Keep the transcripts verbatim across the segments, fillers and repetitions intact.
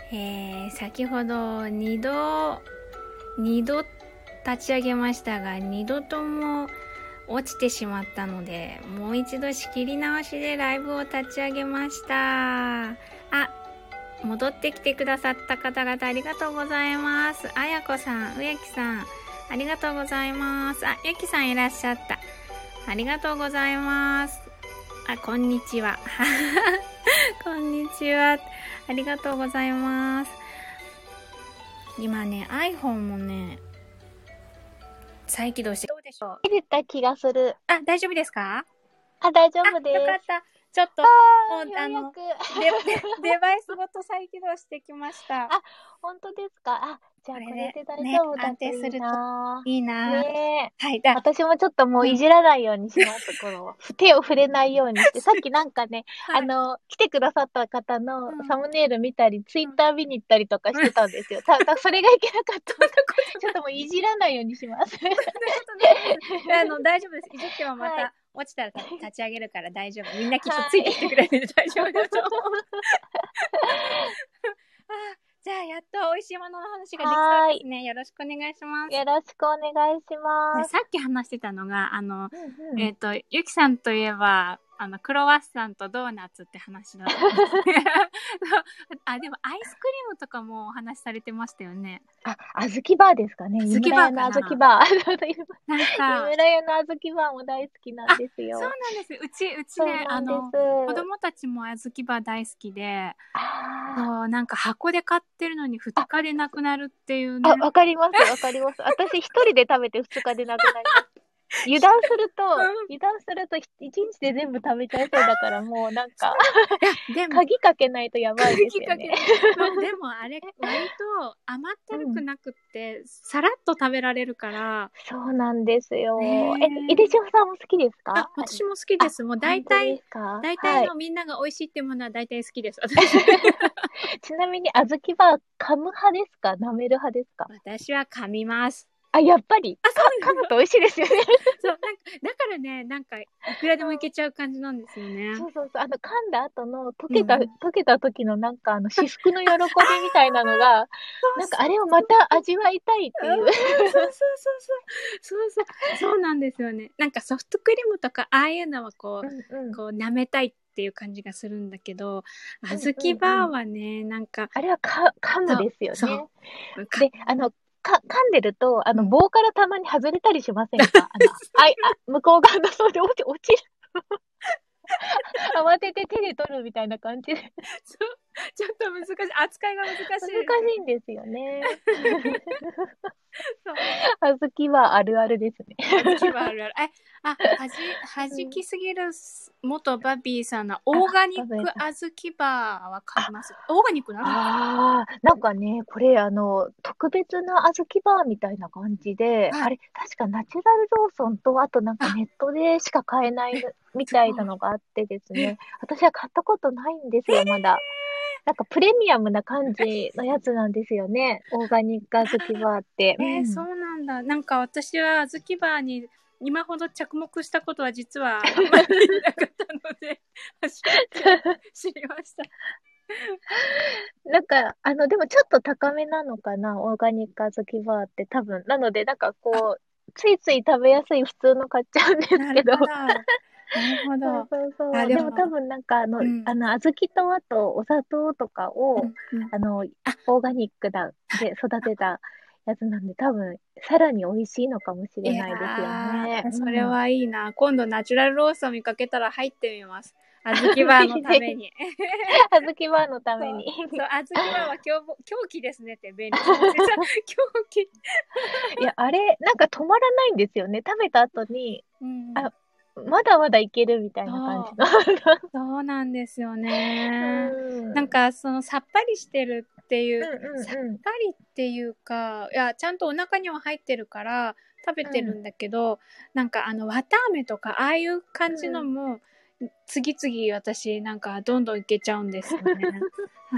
えー、先ほどにどにど立ち上げましたが、にどとも落ちてしまったので、もう一度仕切り直しでライブを立ち上げました。あ、戻ってきてくださった方々ありがとうございます。あやこさん、植木さん、ありがとうございます。あ、ゆきさんいらっしゃった。ありがとうございます。あ、こんにちは。こんにちは。ありがとうございます。今ね、iPhone もね、再起動して、どうでしょう？ 切れた気がする。 あ、大丈夫ですか？ あ、大丈夫です。 よかった。ちょっと、 もうあのデ、 デデバイスごと再起動してきました。 あ、本当ですか？あ、じゃあこれで大丈夫だといいな。 いいな。 ねえ。 はい。だ私もちょっともういじらないようにします、この。手を触れないようにして。さっきなんかね、あの、来てくださった方のサムネイル見たり、ツイッター見に行ったりとかしてたんですよ。ただ、それがいけなかったので、ちょっともういじらないようにします。 あの、大丈夫です。いじってもまた落ちたら立ち上げるから大丈夫。みんなきっとついてきてくれるんで大丈夫だと思う。じゃあ、やっと美味しいものの話ができそうですね。よろしくお願いします。 よろしくお願いします。 さっき話してたのが、あの、うんうん、えっと、ゆきさんといえば、あの、クロワッサンとドーナツって話だったんですね。あ、でもアイスクリームとかもお話しされてましたよね。 あ、あずきバーですかね。 あずきバーかな。 あずきバー。 なんか、 湯村屋のあずきバーも大好きなんですよ。 そうなんです。うち、うちね、あの、子供たちもあずきバー大好きで、そう、なんか箱で買ってるのにふつかでなくなるっていうね。 あ、わかります、わかります。私一人で食べてふつかでなくなります。油断すると、油断すると一日で全部食べちゃいそうだから、もうなんか、でも鍵かけないとやばいですよね。 でもあれ、割と甘ったるくなくって、うん、さらっと食べられるから。 そうなんですよ。え、井出島さんも好きですか？ あ、私も好きです。もう大体、大体のみんなが美味しいってものは大体好きです。 ちなみに、あずきは噛む派ですか？舐める派ですか？ 私は噛みます。 あ、やっぱり。あ、そう噛むと美味しいですよね。 そう、なんか、だからね、なんか、いくらでもいけちゃう感じなんですよね。 そうそうそう。あの、噛んだ後の、溶けた、うん、溶けた時のなんか、あの、至福の喜びみたいなのが、なんか、あれをまた味わいたいっていう。そうそうそうそう。 そうそう。そうなんですよね。なんかソフトクリームとか、ああいうのはこう、うんうん、こう、舐めたいっていう感じがするんだけど、あずきバーはね、なんか。 あれはか、噛むですよね。で、あの、か、噛んでると、あの、棒からたまに外れたりしませんか？あの、あい、あ、向こう側のそうで落ち、落ちる。慌てて手で取るみたいな感じで。 そう。ちょっと難しい。扱いが難しい。難しいんですよね。あずきはあるあるですね。 あずきはあるある。え、あ、はじ、はじきすぎる元バビーさんのオーガニックあずきバーは買います。オーガニックなの？ ああ、なんかね、これあの、特別なあずきバーみたいな感じで、はい、あれ、確かナチュラルローソンと、あとなんかネットでしか買えないみたいなのがあってですね、私は買ったことないんですよ、まだ。なんかプレミアムな感じのやつなんですよね。オーガニックあずきバーって。 えーうん、そうなんだ。なんか私はあずきバーに今ほど着目したことは実はあんまりなかったので、初めて知りました。 なんか、あの、でもちょっと高めなのかな、オーガニックあずきバーって多分。なので、なんかこう、ついつい食べやすい普通の買っちゃうんですけど。 なるほど。 そうそうそう。でも多分なんかあの、うん、あの、小豆とあとお砂糖とかを、うんうん、あの、オーガニックだ、で育てたやつなんで、多分、さらに美味しいのかもしれないですよね。 それはいいな。うん、今度ナチュラルローソン見かけたら入ってみます。あずきバーのために。 あずきバーのために。 そう、あずきバーは狂狂気ですねって便利。狂気。 いや、あれ、なんか止まらないんですよね。食べた後に、うん、あ、まだまだいけるみたいな感じの。 そうなんですよね。なんか、そのさっぱりしてるっていう、うんうんうん、さっぱりっていうか、いや、ちゃんとお腹には入ってるから食べてるんだけど、うん、なんかあの、わたあめとか、ああいう感じのも、うん、次々私、なんかどんどんいけちゃうんですよね。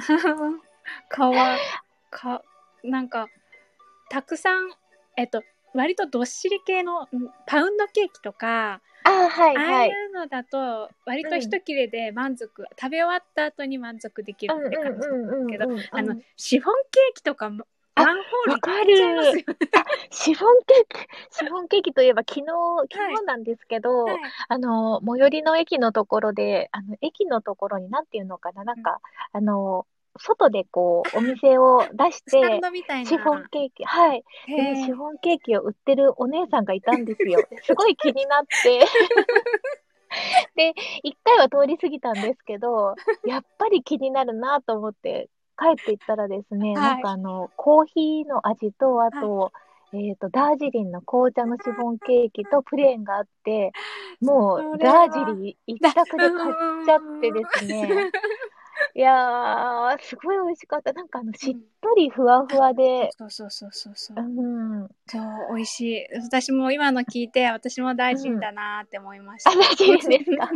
かわ、か、なんか、たくさん、えっと、 割とどっしり系のパウンドケーキとか、 ああ、はいああはいい。 うのだと割と一切れで満足、食べ終わった後に満足できるうんって感じうんうんけど、 うんうんあのうん。 シフォンケーキとかもあ、 ワンホールいわかけちゃいまする。 よね。 あ、シフォンケーキ、シフォンケーキといえば昨日、昨はい日なんですけど、 はい。 あの、最寄りの駅のところで、あの、駅のところに、なんていうのかな、なんうん、 か、あの、外でこう、お店を出しスタンて、 ドみたいシフォンな。 ケーキ、はい。 へでね、シえ。 フォンケーキを売ってるお姉さんがいたんですよ。すごい気になって、で、一回は通り過ぎたんですけど、やっぱり気になるなと思って帰っていったらですね、なんはいかあの、コーヒーの味と、あはい。 と、えっと、ダージリンの紅茶のシフォンケーキとプレーンがあって、もうそれダージはリン一だ択うで買っちゃってでーん。 すね、いやー、すごい美味しかった。なんかあの、しっうん。 とりふわふあ、 わで、 そうそうそうそうそう。 うん、うん。 そう、美味しい。私も今の聞いて、私も大臣だなーって思いましあ、 た。 ダージリンですか？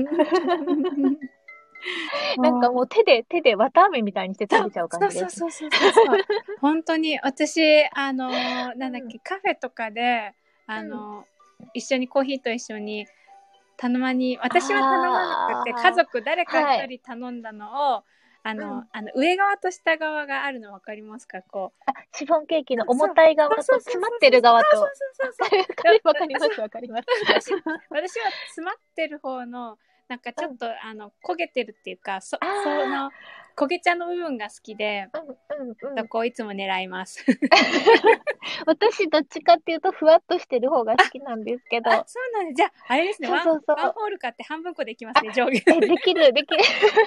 なんかもう、 もう手で、手で綿飴みたいにしてそう、 食べちゃう感そうじです。 そうそうそうそうそう。本当に、私、あのーうん、 なんだっけ、カフェとかで、あうん。 のー一緒にコーヒーと一緒に、頼まに、私は頼まなくて、家ああ、 族誰か一はい。 人頼んだのを、あの、 うん。 あの、上側と下側があるの分かりますか？こう、 あ、シフォンケーキのそう、 重たい側とそうそうそう詰まってるそうそうそう、 側と、 そうそうそうそう。 わかる、わかで、 る、わかりあ、そう、 ます、わかります。 私、私は詰まってる方の、なんかちょっうん。 と、あの、焦げてるっていうか、そ、 あその、 あ、 焦げ茶の部分が好きで、 うんうんうん。 そこをいつも狙います。 私、どっちかっていうと、ふわっとしてる方が好きなんですけあ、 ど、 そうなんです。じゃあ、あれですね、 そうワン、 そうそう。 ワンホール買って半分こできますあ、 ね、上下。 え、できる、できる。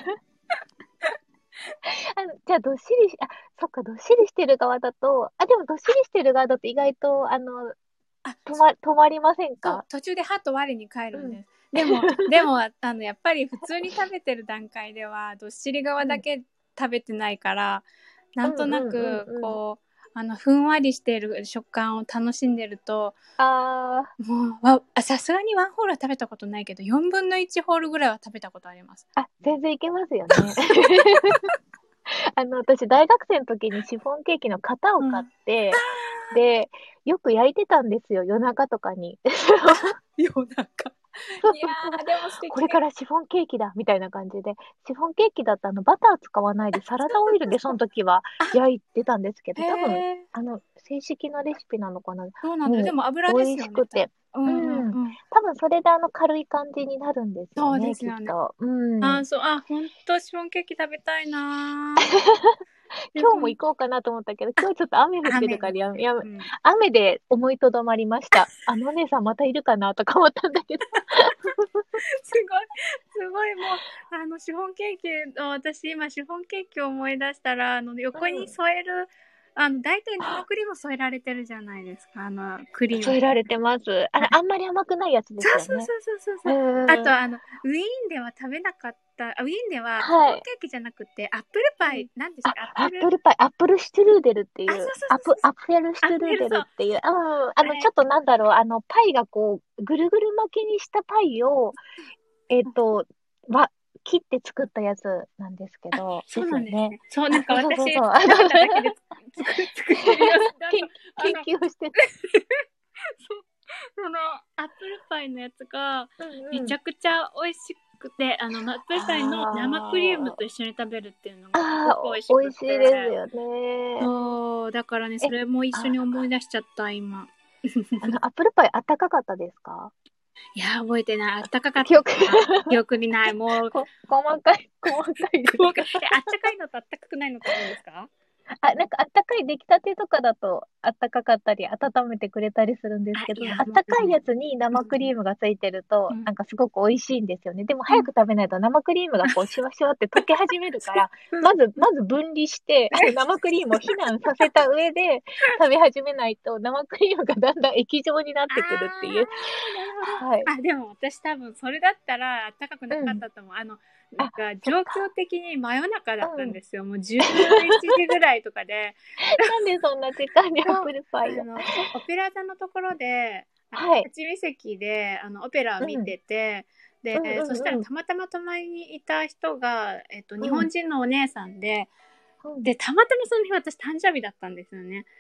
あの、じゃあ、どっしりし、あ、そっか、どっしりしてる側だと、あ、でも、どっしりしてる側だと意外と、あの、 あ、 止ま、止まりませんそう、 か？ 途中でハッと我に返うん。 るんです。でも、でも、あの、やっぱり普通に食べてる段階では、どっしり側うん。 だけ食べてないから、なんとうんうんうんなく、 うん。 こう、あの、ふんわりしている食感を楽しんでると、 ああ。 もう、わ、あ、さすがにワンホールは食べたことないけど、よんぶんのいちホールぐらいは食べたことあります。 あ、全然いけますよね。あの、私、大学生の時にシフォンケーキの型を買っうん。 て、で、よく焼いてたんですよ、夜中とかに。 夜中。 そういやそうそう。 ー、でも素敵。 これからシフォンケーキだ、みたいな感じで。シフォンケーキだとあの、バター使わないでサラダオイルでその時は焼いてたんですけへど、多分、 え、 あの、正式なレシピなのかな。 そうなんだよ。でもも油う、美味ですよね。 しくて。 ううんうんん。 うん。 多分それであの、軽い感じになるんですよそうでね、 すよね。 きっと。うあ、 ん。 そう、あ、ほんとシフォンケーキ食べたいなー。シフ今日もォン、 行こうかなと思ったけど、今日ちょっと雨降ってるからやめ、 雨降ってる。 やめ、 うん。 雨で思いとどまりました。あのお姉さんまたいるかなとか思ったんだけど。 すごい、すごいもう、あの、シフォンケーキを、私今シフォンケーキを思い出したら、あの、横にうん。 添える、あの、大体生クリーム添えられてるじゃないですか。あの、クリーム。 添えられてます。あれ、 はい。 あんまり甘くないやつでそうすよね。 そうそうそうそううそう。あと、 ーん。 あの、ウィーンでは食べなかった、あウィーンではシフォはい。 ンケーキじゃなくて、アップルパうん。 イ、何でしたあ、 っけ？アッアップル、 プルパイ、アップルシュトゥルーデルってあ、 いう、 そうそうアップ、 そうそうそう。 アップルシュアットゥルーデプル、そう。 ルっていう、うん、あの、ちょあれ、 っとなんだろう、あの、パイがこう、ぐるぐる巻きにしたパイを、えっと、わ、切って作ったやつなんですけあ、 ど、 そうですよね。 なんですね。そう、なあ、 んかそうそうそう私、 そう。あの、 食べただけでつ作、作ってる様子だと、 研、研あの、 究をしてる。 そう、その、アップルパイのやつが、 うんうん。 めちゃくちゃ美味しくて、あの、アップルパイの生クリームあと一緒に食べるっていうのあ、 がすごああ、 く美味しく美味しいですて、 よね。 そう、だからね、そえ、 れも一緒にあ、 思い出しちゃった、今。 あの、アップルパイあったかかったですか？ いや、覚えてない。あったかかった記憶かな。記憶にない。もう、 こ、細かい、細かいですこうえ、 か？ あったかいのとあったかくないのとあるんですか？ あ、なんかあったかい出来たてとかだとあったかかったり温めてくれたりするんですあ、 けど、 いや、 あったかいもうね。 やつに生クリームがついてると、 うん、 なんかすごく美味しいんですよね。でもうん、 早く食べないと生クリームがこうシュワシュワって溶け始めるから、 うん。 まず、まず分離して、あの生クリームを避難させた上で食べ始めないと生クリームがだんだん液状になっあてくるっていう。 ー、なるほど。 はい。 あ、でも私多分それだったらあったかくなかっうん。 たと思う。あの、なんあ、 かそっか。 状況的に真夜中だったんうん。 ですよ。もうじゅういちじぐらいとかで、 なんでそんな時間にアッそう、 プルパイを。 あの、オペラ座のところで、あの、 はい。 立ち見席で、あの、オペラを見うん。 てて、で、 うんそしたらうんうん。 たまたま隣にいた人が、えっと、日うん。 本人のお姉さんで、 うん。 で、たまたまその日私誕生日だったんですよね。 あ、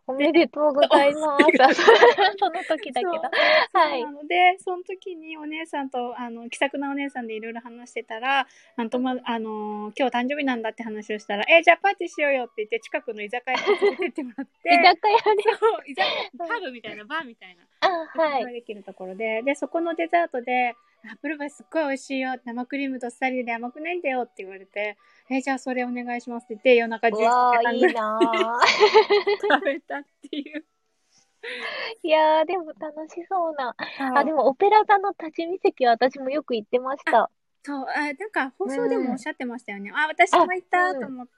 おめでとうございます。その時だけど。 はい。なので、その時にお姉さんと、あの、気さくなお姉さんでいろいろ話してたら、あの、とま、あの、今日誕生日なんだって話をしたら、え、じゃあパーティーしようよって言って、近くの居酒屋に連れてってもらって、 居酒屋でそう、居酒屋、パブみたいな、バーみたいな。 あ、はい。 できるところで、で、そこのデザートで、アップルパイすっごい美味しいよ。生クリームどっさりで甘くないんだよって言われて、え、じゃあそれお願いしますって言って、夜中じゅういちじはんぐらいに食べたっていう。 いやー、でも楽しそうな。あ、でもオペラ座の立ち見席は私もよく行ってました。 そう、あ、なんか放送でもおっしゃってましたよね。うん、あ、私も行ったと思って。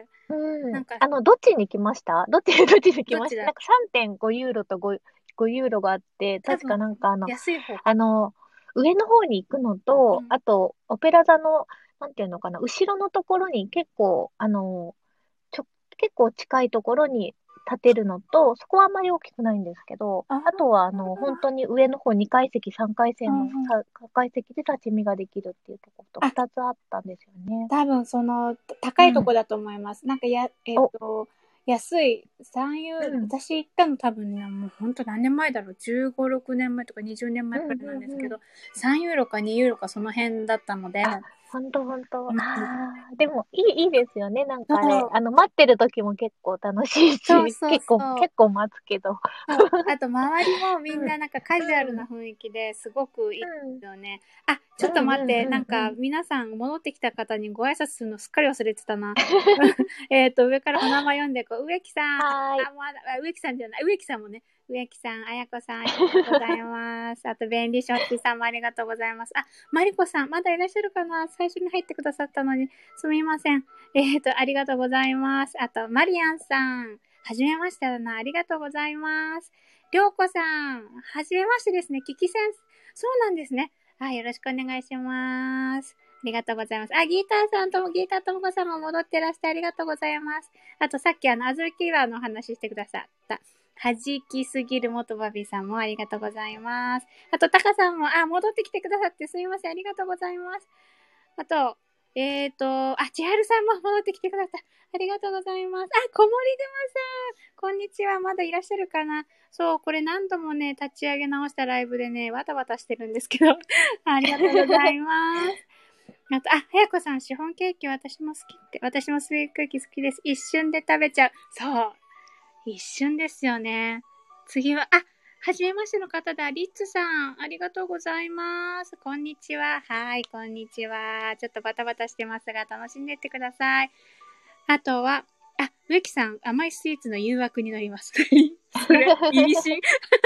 うん。なんか、あの、どっちに来ましたどっち、どっちに来ましたなんか さんてんご ユーロと 5, 5ユーロがあって、確かなんかあの、 安い方あの、上の方に行くのと、うん、あと、オペラ座の、なんていうのかな、後ろのところに結構、あの、ちょ、結構近いところに立てるのと、そこはあんまり大きくないんですけど、あ, あとは、あの、本当に上の方にかい席、さんかいせんのさんかい席で立ち見ができるっていうところとふたつあったんですよね。 多分、その、高いとこだと思います。うん、なんかや、えっ、ー、と、安いさんユーロ、うん、私行ったの多分ね、もう本当何年前だろう、じゅうご、ろくねんまえとかにじゅうねんまえくらいなんですけど、うんうんうん、さんユーロかにユーロかその辺だったので、 ほんとほんと。ああ、でもいい、いいですよね。なんかね、あの、待ってる時も結構楽しいし、そうそうそう結構、結構待つけど。 あと、周りもみんななんかカジュアルな雰囲気ですごくいいですよね。うん、あ、ちょっと待って、うんうんうんうん、なんか皆さん戻ってきた方にご挨拶するのすっかり忘れてたな。えっと、上からお名前読んでこう、植木さん、 はい。 あ、まだ、植木さんじゃない、植木さんもね、植木さん、あやこさん、ありがとうございます。あと、便利ショッチさんもありがとうございます。あ、マリコさん、まだいらっしゃるかな最初に入ってくださったのに、すみません。えっと、ありがとうございます。あと、マリアンさん、はじめましてだな。ありがとうございます。りょうこさん、はじめましてですね。キキセンス。そうなんですね。はい、よろしくお願いします。ありがとうございます。あ、ギーターさんとも、ギーターともこさんも戻ってらしてありがとうございます。あと、さっきあの、アズルキラーの話してくださった。はじきすぎる元バビーさんもありがとうございます。あと、タカさんも、あ、戻ってきてくださってすみません。ありがとうございます。あと、えーと、あ、千春さんも戻ってきてくださった。ありがとうございます。あ、こもりでまさん。こんにちは。まだいらっしゃるかなそう、これ何度もね、立ち上げ直したライブでね、わたわたしてるんですけど。ありがとうございます。あと、あ、はやこさん、シフォンケーキ私も好きって。私もスイートケーキ好きです。一瞬で食べちゃう。そう。一瞬ですよね。次は、あ、はじめましての方だ。リッツさん、ありがとうございます。こんにちは。はい、こんにちは。ちょっとバタバタしてますが、楽しんでいってください。あとは、あ、植木さん、甘いスイーツの誘惑に乗ります。それ、意味深。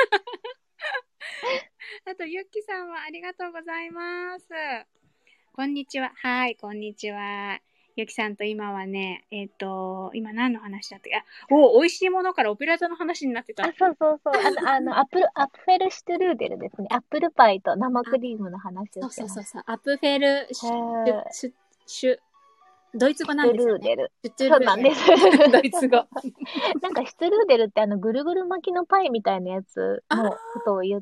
あと、ゆっきさんはありがとうございます。こんにちは。はい、こんにちは。ゆきさんと今はね、えっ、ー、と、今何の話だったっけあ、お、美味しいものからオペラ座の話になってた。 あ、そうそうそう。あの、あの、アップル、アップフェルシュトゥルーデルですね。アップルパイと生クリームの話をしてます。 そうそうそう。アップフェルシュ、シュ、シュ、ドイツ語なんですよね。 シュトゥルーデル。 シュトゥルーデル。 そうなんです。 ドイツ語。 なんかシュトゥルーデルってあのぐるぐる巻きのパイみたいなやつのことを言って、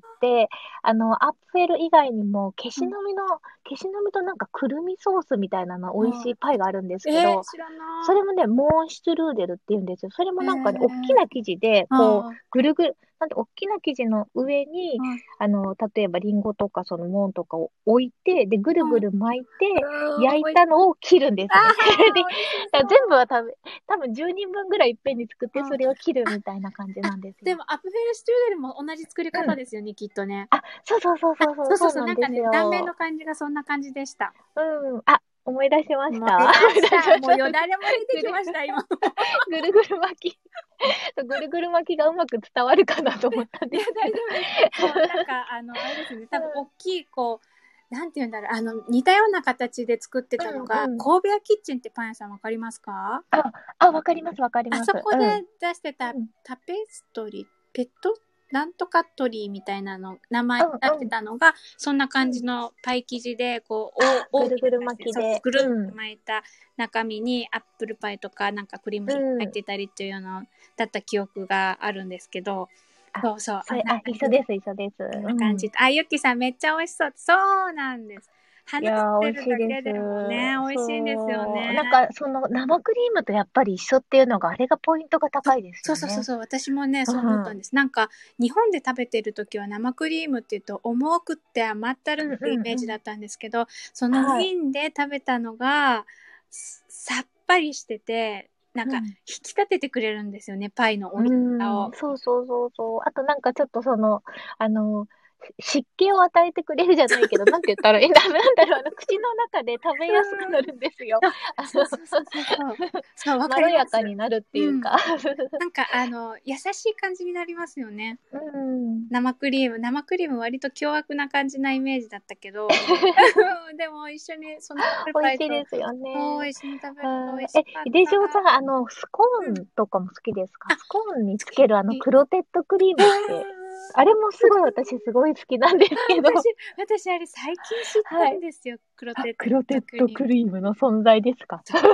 あ, あのアップフェル以外にも消しの実の、うん、消しの実となんかくるみソースみたいなの美味しいパイがあるんですけど、えー、 知らないそれもね、モーンシュトゥルーデルって言うんですよ。それもなんかね、えー、大きな生地で、こう、ぐるぐる、なんで大きな生地の上に、あの、例えばリンゴとかそのモーンとかを置いて、で、ぐるぐる巻いて、焼いたのを切るんですね。で、全部は食べ、多分じゅうにんぶんぐらいいっぺんに作ってそれを切るみたいな感じなんですよ。 でもアップフェルシュトゥルーデルも同じ作り方ですよね、うん、きっとね。 あ、そうそうそうそうそう。 そうそうそう、なんかね、断面の感じがそんな感じでした。 うん。あ、思い出しました。 思い出した。もうよだれも出てきました、今。 ぐるぐる巻き。ぐるぐる巻きがうまく伝わるかなと思ったんですけど。 いや、大丈夫です。なんか、あの、あれですね、多分大きい、こう、なんて言うんだろう、あの、似たような形で作ってたのが、うんうん、神戸屋キッチンってパン屋さんわかりますか？ あ、あ、わかります、わかります。 あそこで出してた、うん、タペストリー、ペットなんとかトリーみたいなの、名前出してたのが、うんうん、そんな感じのパイ生地で、こう、 ぐるぐる巻きで。 ぐるっと巻いた中身にアップルパイとか、なんかクリーム入ってたりっていうような、だった記憶があるんですけど、そうそう。 それあ、一緒です、一緒です。 こんな感じ。うん、あ、ゆっきさんめっちゃ美味しそう。そうなんです。 話いやー、 して美味しいでるだけでもね、 す。 美味しいんですよそう。 ね。 なんか、その生クリームとやっぱり一緒っていうのが、あれがポイントが高いですよね。 そうそうそうそう、私もね、 うそう思ったんん。 です。なんか、日本で食べてる時は生クリームっていうと重くって甘ったるうんってイうんうん。 メージだったんですけど、そのウはい。 ィーンで食べたのが、すさっぱりしてて、なんか、 うん。 引き立ててくれるんですよね、パイの美う味しさーん、 を。 そうそうそうそう。あとなんかちょっとその、あの、し湿気を与えてくれるじゃないけど、なんて言ったらいいんだ、なんだろう、あの、口の中で食べやすくなるんですよ。 あ、 あの、 そうそうそうそうそう。そう、わかまろります。 やかになるっていううん。 か。 なんか、あの、優しい感じになりますよね。 うん。 生クリーム。生クリーム割と凶悪な感じなイメージだったけど、でも一緒にそのアップル美味パイと、 しいですよそう、 ね。 一緒に食べると美はい。え、 味しかっでしおさん、 た。 あの、スコうん。 ーンとかも好きですか？ あ、 スコーンに好き。 つけるあの、クロテッドクリーあムって、あれもすごい私すごい好きなんですけど。 私、私あれ最近知ったはい。 んですよ。クロあ、 テックロテッドドクリーム。 クリームの存在ですか？ そう。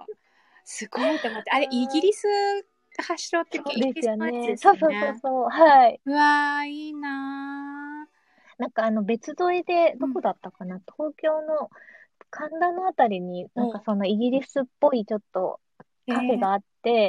すごいと思って。あれ、イギあー、 リス発祥ってイギそうですリスのやつでよね。そうそうそうすよね。 そう。はい。 うわー、いいななんかあの別添えで、 ー。うん。 どこだったかな、東京の神田のあたりに、なんかおそのイギリスっぽいちょっとえー、 カフェがあって、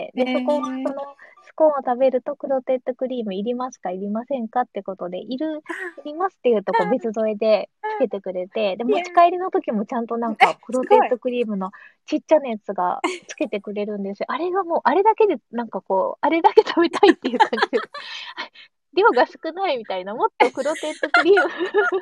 えで、そこはそー、 のスコーンを食べるとクロテッドクリームいりますかいりませんかってことで、いる、いりますっていうとこ別添えでつけてくれて、で、 いや、 持ち帰りの時もちゃんとなんかクすごい。 ロテッドクリームのちっちゃなやつがつけてくれるんですよ。あれがもう、あれだけでなんかこう、あれだけ食べたいっていう感じで、量が少ないみたいな、もっとクロテッドクリーム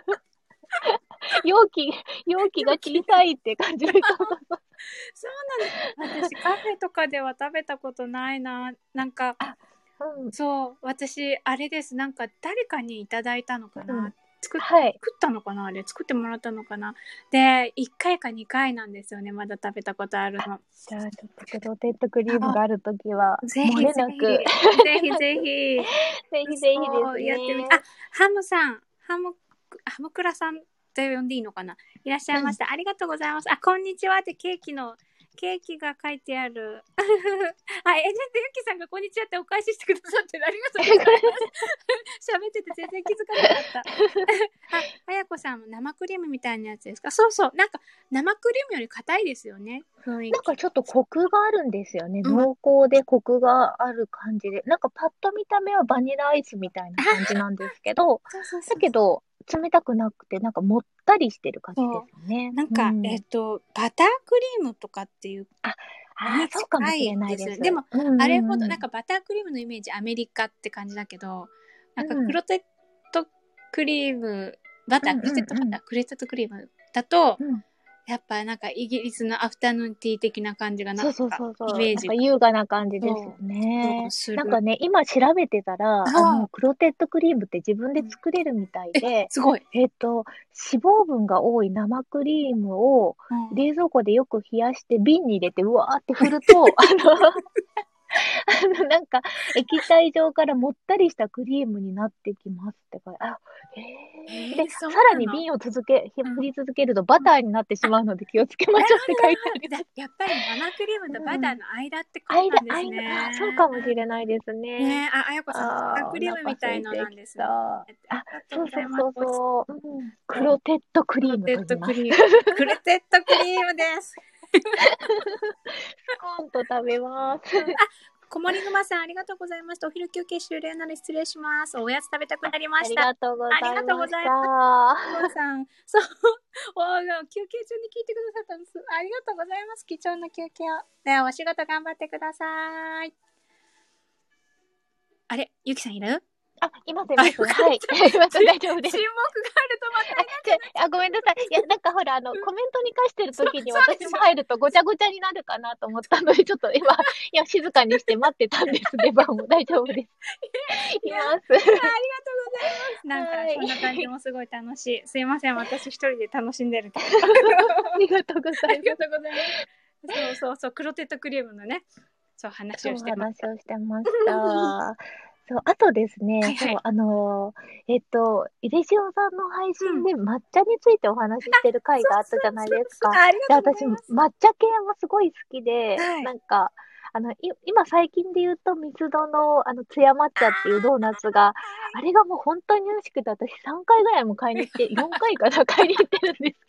容器、容器が小さいって感じで、そうそうそう。 そうなんです。私、カフェとかでは食べたことないな。なんか、 あ、うん、 そう、私、あれです。なんか、誰かにいただいたのかうん。 な。作っ、 はい。 作ったのかなあれ。作ってもらったのかな。で、いっかいかにかいなんですよね。まだ食べたことあるの。 じゃあ、ちょっとクロテッドクリームあ、 があるときは、漏ぜひぜひ、 れなく、 ぜひぜひ、 ぜひぜひでそう、 すやってみて、あ、 ね。 ハムさん、ハム、ハムクラさんって呼んでいいのかないらっしゃいうん。 ました。ありがとうございます。あ、こんにちはってケーキの、ケーキが書いてある。あ、え、じゃゆきさんがこんにちはってお返ししてくださってありがとうございます。喋ってて全然気づかなかった。あ、あやこさんも生クリームみたいなやつですか？そうそう。なんか生クリームより硬いですよね。雰囲気。 なんかちょっとコクがあるんですよね。 うん。あ濃厚でコクがある感じで。なんかパッと見た目はバニラアイスみたいな感じなんですけど、 そうそうそう。 だけど、冷たくなくて、なんかもったりしてる感じでそう。 すよね。 なんか、えうん。 っと、バタークリームとかっていうあ、あにー、そうかも近しれいですよね。 ないです。 でも、 うんあれほど、 うんうん。 なんかバタークリームのイメージアメリカって感じだけど、なんかうん。 クロテッドクリーム、バター、 うんクロテッドうんうん。 バター、クロテッドクリームだと、 うん。 やっぱなんかイギリスのアフタヌーンティー的な感じがなんそうそうかそうそう。なんかイメージが、 優雅な感じですよそう、そうね。 する。 なんかね、今調べてたら、あの、 ああ、 クロテッドクリームって自分でうん、 作れるみたいえ、 で、 すごい。 えっと、脂肪分が多い生クリームをうん、 冷蔵庫でよく冷やして瓶に入れて、うわーって振ると、あの、あの、なんか、液体状からもったりしたクリームになってきますって書いて、あ、へー。で、 えー、そうさらなの？ に瓶を続け、ひうん、 振り続けるとバターになってしあ、 まうので気をつけまなるしょうって書いてあほど、なるほど。だります。 やっぱり生クリームとバターうん。 の間ってこと間、 なんです間、あ、そうね。 かもしれないですね。 ねえ、あ、あやこさん、バターああ、おクリームみ腹たいの空いてきなんですね。 た。 ありあ、 がとうそうございます。 そうそう美味しそう。うん。クそう。 ロテッドクリームクロテッと言います。 ドクリーム。クロテッドクリームです。 スコーンと食べます。 そう、あ、小森沼さん、ありがとうございました。お昼休憩終了なので失礼します。おやつ食べたくなりまありした。 がとうごありがとうございましざいます。 た。 コウさん、そう、お休憩中に聞いてくださったんです。ありがとうございます。貴重な休憩を。では、お仕事頑張ってください。あれ、ゆきさんいる？ あ、いますいあ、 ます。 よかった。 はい。います。大丈夫です。 沈黙があるとまたいなくじゃなっちゃあ、ごめんなさい。いや、なんかほら、あの、コメントに返してるう。そう、 時にそうですよ。 私も入るとごちゃごちゃになるかなと思ったので、ちょっと今、いや、静かにして待ってたんです。出番も大丈夫です。 いや、 います。 ありがとうございます。なんか、 はい。 そんな感じもすごい楽しい。すいません、私一人で楽しんでるけど。 ありがとうござありがいます。 とうございます。そうそうそう、クロテッドクリームのね、そう、話そう、 をしてました。 話をしてました。そう、あとですね、そう、 はいはい。 あのーえっと、井出塩さんの配うん。 信で抹茶についてお話ししてる回そうがあったじゃないそうそうそう。 ですか。 あ、ありがで、 とうござい私、 ます。 抹茶系もすごい好きで、 はい。 なんか、あの、い、今最近で言うと、ミスドの、あの、ツヤ抹あ茶っていうドーナツが、 ー、はい。 あれがもう本当に美味しくて、私さんかいぐらいも買いに行って、よんかいかな、買いに行ってるんですけど。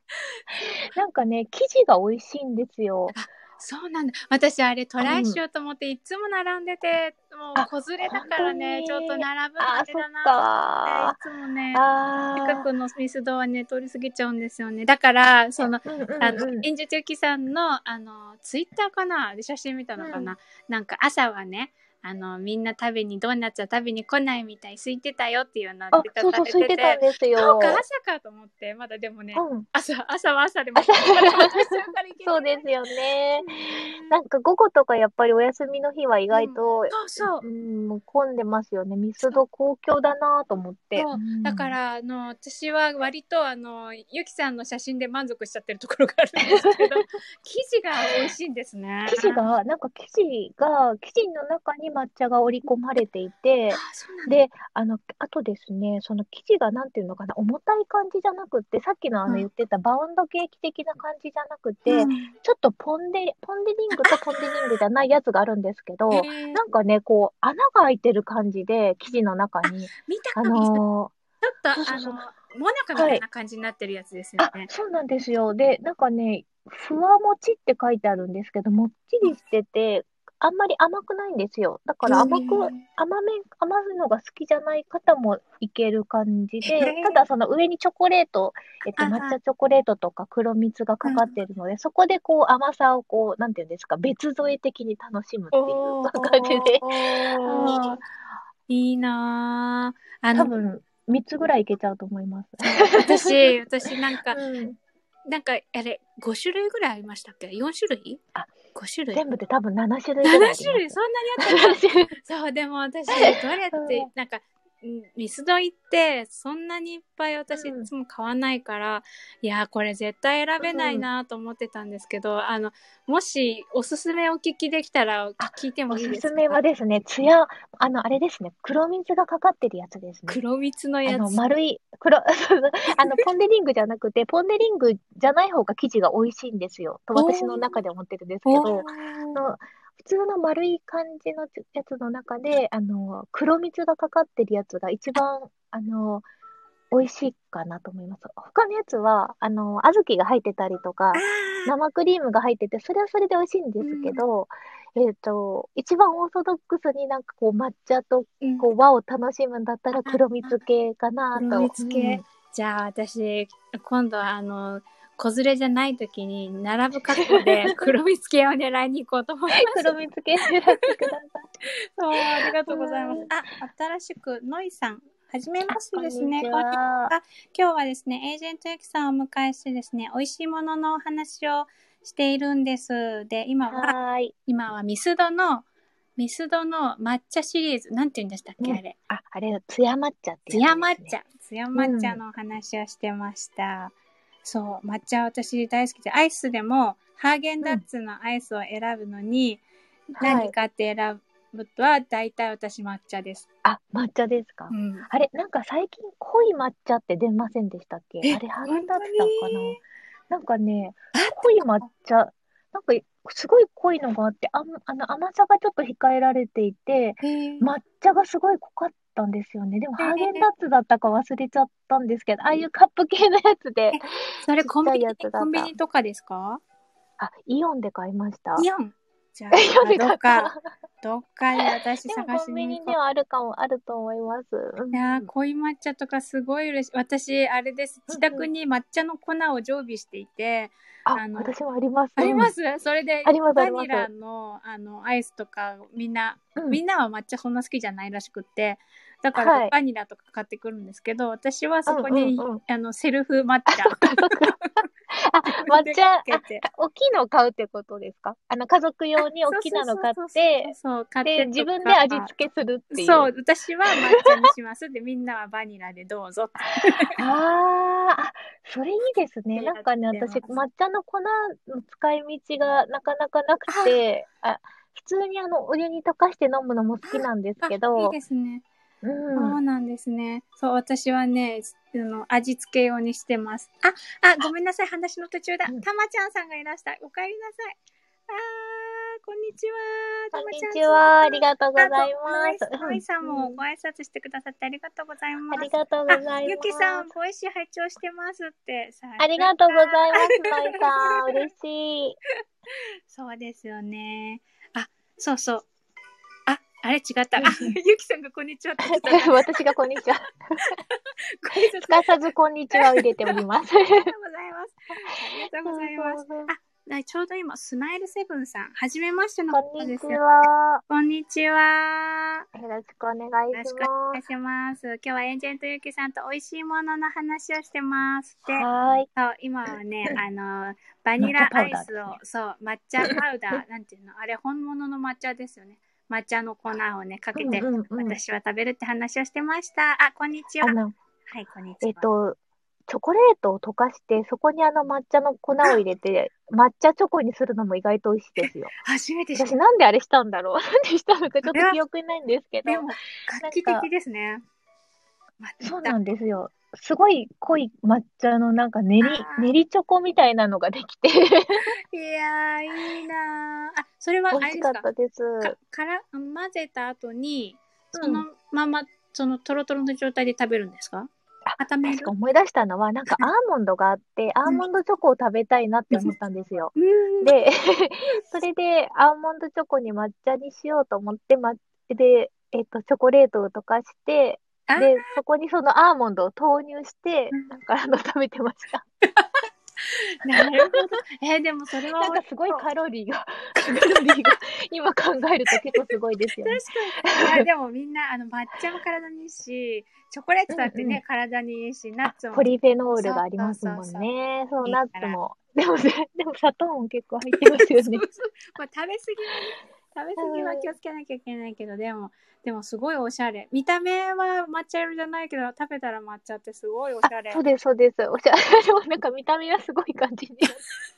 なんかね、生地が美味しいんですよ。 あ、そうなんだ。私、あれトライうん。 しようと思っていつも並んでて、もうあ、 子連れだ本当からね、ちょっとに。 並ぶのああ、 れそっだなと思って、いか。 つもね、近あくのミスドはね、通り過ぎちゃうんですよね。だから、その、 ー、うんあの、 うんうん。 インジュチュキさんの、あの、ツイッターかなで写真見たのかうん。 な、なんか朝はね、あの、みんな食べに、ドーナツは食べに来ないみたい、空いてたよっていうのをツあ、 イッターさそうそう、空いてたんれてて、 ですそうか、 よ。 朝かと思って、まだでもね、 うん。 朝、朝は朝でま朝たバタバタしちゃうからいけてない。 そうですよね。 ねなんか午後とかやっぱりお休みの日は意え。うん。 外と、 そうそう。 うん、混んでますよね。ミスそう。 ド公共だなと思って。 そう。 うだかん。 ら、あの、私は割と、あの、ゆきさんの写真で満足しちゃってるところがあるんですけど、生地が美味しいんですね。 生地が、なんか生地が、生地の中に抹茶が織り込まれていああ、 て、 そうなんだ。 で、あの、あとですね、その生地がなんていうのかな、重たい感じじゃなくって、さっきのあうん。 の言ってたバウンドケーキ的な感じじゃなくて、 うん。 ちょっとポンデ、ポンデリングとポンデリングじゃないやつがあるんですけへど、 え。 なんかね、こう、穴が開いてる感じで、生地の中あ、 に、 見たあかもしれない。 のちょっーそうと、あの、 そうそう、 もなかみたはい。 いな感じになってるやつですよあ、 ね。 そうなんですよ。で、なんかね、ふわもちって書いてあるんですけど、もっちりしてて、あんまり甘くないんですよ。だかへら甘く、 え。 甘め、甘いのが好きじゃない方もいける感じで、たへえ。 だその上にチョコレート、えっと、 あ抹茶は。 チョコレートとか黒蜜がかかっうん。 てるので、そこでこう甘さをこう、なんていうんですか、別添え的に楽しむっていうお感じで、 ー。 うん、 いいなぁ。あの、 多分みっつぐらいいけちゃうと思います。 そう、私、私なんか、 うん。 なんか、あれ、ご種類ぐらいありましたっけ？ よん 種類？ あ、 ご 種類？ 全部で多分なな種類ぐらいありなな 種ます。 類そんなにあったんだ。そう、でも私、どれって、なんか、んミスド行って、そんなにいっぱい私いうん、 つも買わないから、いやー、これ絶対選べないうん。 なと思ってたんですけど、あの、もしおすすめお聞きできたらあ、 聞いてもおすすいいですか？ めはですね、ツヤ、あの、あれですね、黒蜜がかかってるやつですね。 黒蜜のあの、 やつ。 丸い、黒、あの、ポンデリングじゃなくて、ポンデリングじゃない方が生地が美味しいんですよ。と私おー、 の中で思ってるんですけど、 おー。 の普通の丸い感じのやつの中で、あの、黒蜜がかかってるやつが一番、あの、美味しいかなと思います。他のやつは、あの、小豆が入ってたりとあか、 ー、 生クリームが入ってて、それはそれで美味しいんですけうん、 ど、えっと、一番オーソドックスになんかこう抹茶とうん。 こう和を楽しむんだったあら黒蜜系かな黒と。 蜜系。 うん。 じゃあ私、今度はあの、子連れじゃない時に並ぶ覚悟で黒蜜系を狙いに行こうと思います。 黒蜜系狙ってください。 そう、ありがとうございます。 うん。 あ、新しく、ノイさん。はじめあ、 ましてですね。 こんにちこんにちは。 は。今日はですね、エージェントユキさんをお迎えしてですね、美味しいもののお話をしているんです。で、今は、 はーい。 今はミスドの、ミスドの抹茶シリーズ、なんて言うんでしたっけ、 うん。 あれ。 あ、あれ、つや抹茶ってツやつですね。 ヤ抹茶。ツヤう抹茶ん。 のお話をしてました。そう、抹茶私大好きで、アイスでもハーゲンうん。 ダッツのアイスを選ぶのに、 はい。 何かって選ぶとは大体私抹茶です。 あ、抹茶ですか。 うん。 あれ、なんか最近濃い抹茶って出ませんでしたっけ？ え、 あれ、ハーゲンダッツ本当に？ さんかな？なんかね、 あっ濃い抹茶、なんかすごい濃いのがあって、あん、あの甘さがちょっと控えられていて、 た。えー、 抹茶がすごい濃かったんですよね。でもえハーゲンー、 ダッツだったか忘れちゃったんですけど、ああいうカップ系のやつで、 え、それちっちゃいやコンビニ、コンビつだった。 ニとかですか？ あ、イオンで買いました。 イオン。じゃイオンあ、 で買った。 どっか、どっかで私でも探コンビしに行こう。 ニにはあるかも、あると思います。ういやー、 ん。 濃い抹茶とかすごい嬉しい。私、あれです。自うんうん。 宅に抹茶の粉を常備していて、 あ、 あの、 私もあります。 ありまうん。 すそれで、 あります、あバニラります。 の、あの、アイスとか、みんな、 うん。 みんなは抹茶そんな好きじゃないらしくって、だからはい。 バニラとか買ってくるんですけど、私はそうんこに、 うんうん。 あの、セルフ抹あ、そ茶、 っかそっか。あ、 自分で抹茶、あ、 かけて。 か大きいのを買うってことですか？あの、家族あ、 用に大そうそうきなの買っそうそうそうて、 そう、買ってで、自とか、 分で味付けするっていう。 そう、私は抹茶にします。で、みんなはバニラでどうぞってああ、あ、それいいですね。 やっなんかね、私、 てます。 抹茶の粉の使い道がなかなかなくあ、 て、あ、普通にあの、お湯に溶かして飲むのも好きなんですあ、いいけど、 ですね。 うん。 そうなんですね。そう、私はね、あの、味付け用にしてます。あ、あ、ごめんなさい。話の途中だ。 うん。 たまちゃんさんがいらした。お帰りなさい。あこんにちは。 こんにたまちゃんちは。ありがとうございます。 まいさんもうんご挨拶してくださってありがとうございます。 ありがとうございゆます。 きさん、ボイシー拝聴してますってさ。 ありがとうございます、まいさん。嬉しい。 そうですよね。あ、そうそう。あ、あれ違った。あ、 うんうんゆきさんがこんにちはって言ってた。 私がこんにちは。 ご挨拶すかさずこんにちはを入れております。 ありがとうございます。ありがとうございます。あ、ちょうど今、スマイルセブンさん、はじめましてのこんにちは。 こんにちは。 よろしくお願いよろししくお願います。 します。今日はエージェントゆきさんと美味しいものの話をしてます。で、 はーい。 そう、今はね、あの、バニラアイスを、そう、抹茶パウダー、なんていうの、あれ本物の抹茶ですよね。抹茶の粉をね、かけて、 うんうんうん、 私は食べるって話をしてました。あ、こんにちは。 あの、 はい、こんにちは。 えっと、チョコレートを溶かして、そこにあの抹茶の粉を入れて、抹茶チョコにするのも意外と美味しいですよ。 初めて知った。 私なんであれしたんだろうなんでしたのかちょっと記憶にないんですけど。 でも、画期的ですね。 そうなんですよ。すごい濃い抹茶のなんか練り、練りチョコみたいなのができて。 いやー、いいなー。あ、それはあ美味しれですか？ かったです。 かから混ぜた後に、そうんのまま、そのトロトロの状態で食べるんですか？固める？ 確か思い出したのは、なんかアーモンドがあって、アーモンドチョコを食べたいなって思ったんですよ。 うんで、それでアーモンドチョコに抹茶にしようと思って、ま、で、えっと、チョコレートを溶かして、 あで、そこにそのアーモンドを投入してうん、 なんかあの、食べてました。 なるほど。えーでもそれはなんかすごいカロリーが、カロリーが、今考えると結構すごいですよね。 確かに。いや、でもみんな、あの、抹茶も体にいいし、チョコレートだってね、 うんうん体にいいし、ナッツも。 ポリフェノールがありますもんね。そう、ナッツも。でも、でも砂糖も結構入ってますよね。 そうそうまあ、食べ過ぎはね、食べ過ぎは気をつけなきゃいけないけど、でも、でもすごいおしゃれ。見た目は抹茶色じゃないけど、食べたら抹茶ってすごいおしゃれ。 そうです、そうです。おしゃれ。でもなんか見た目はすごい感じになる。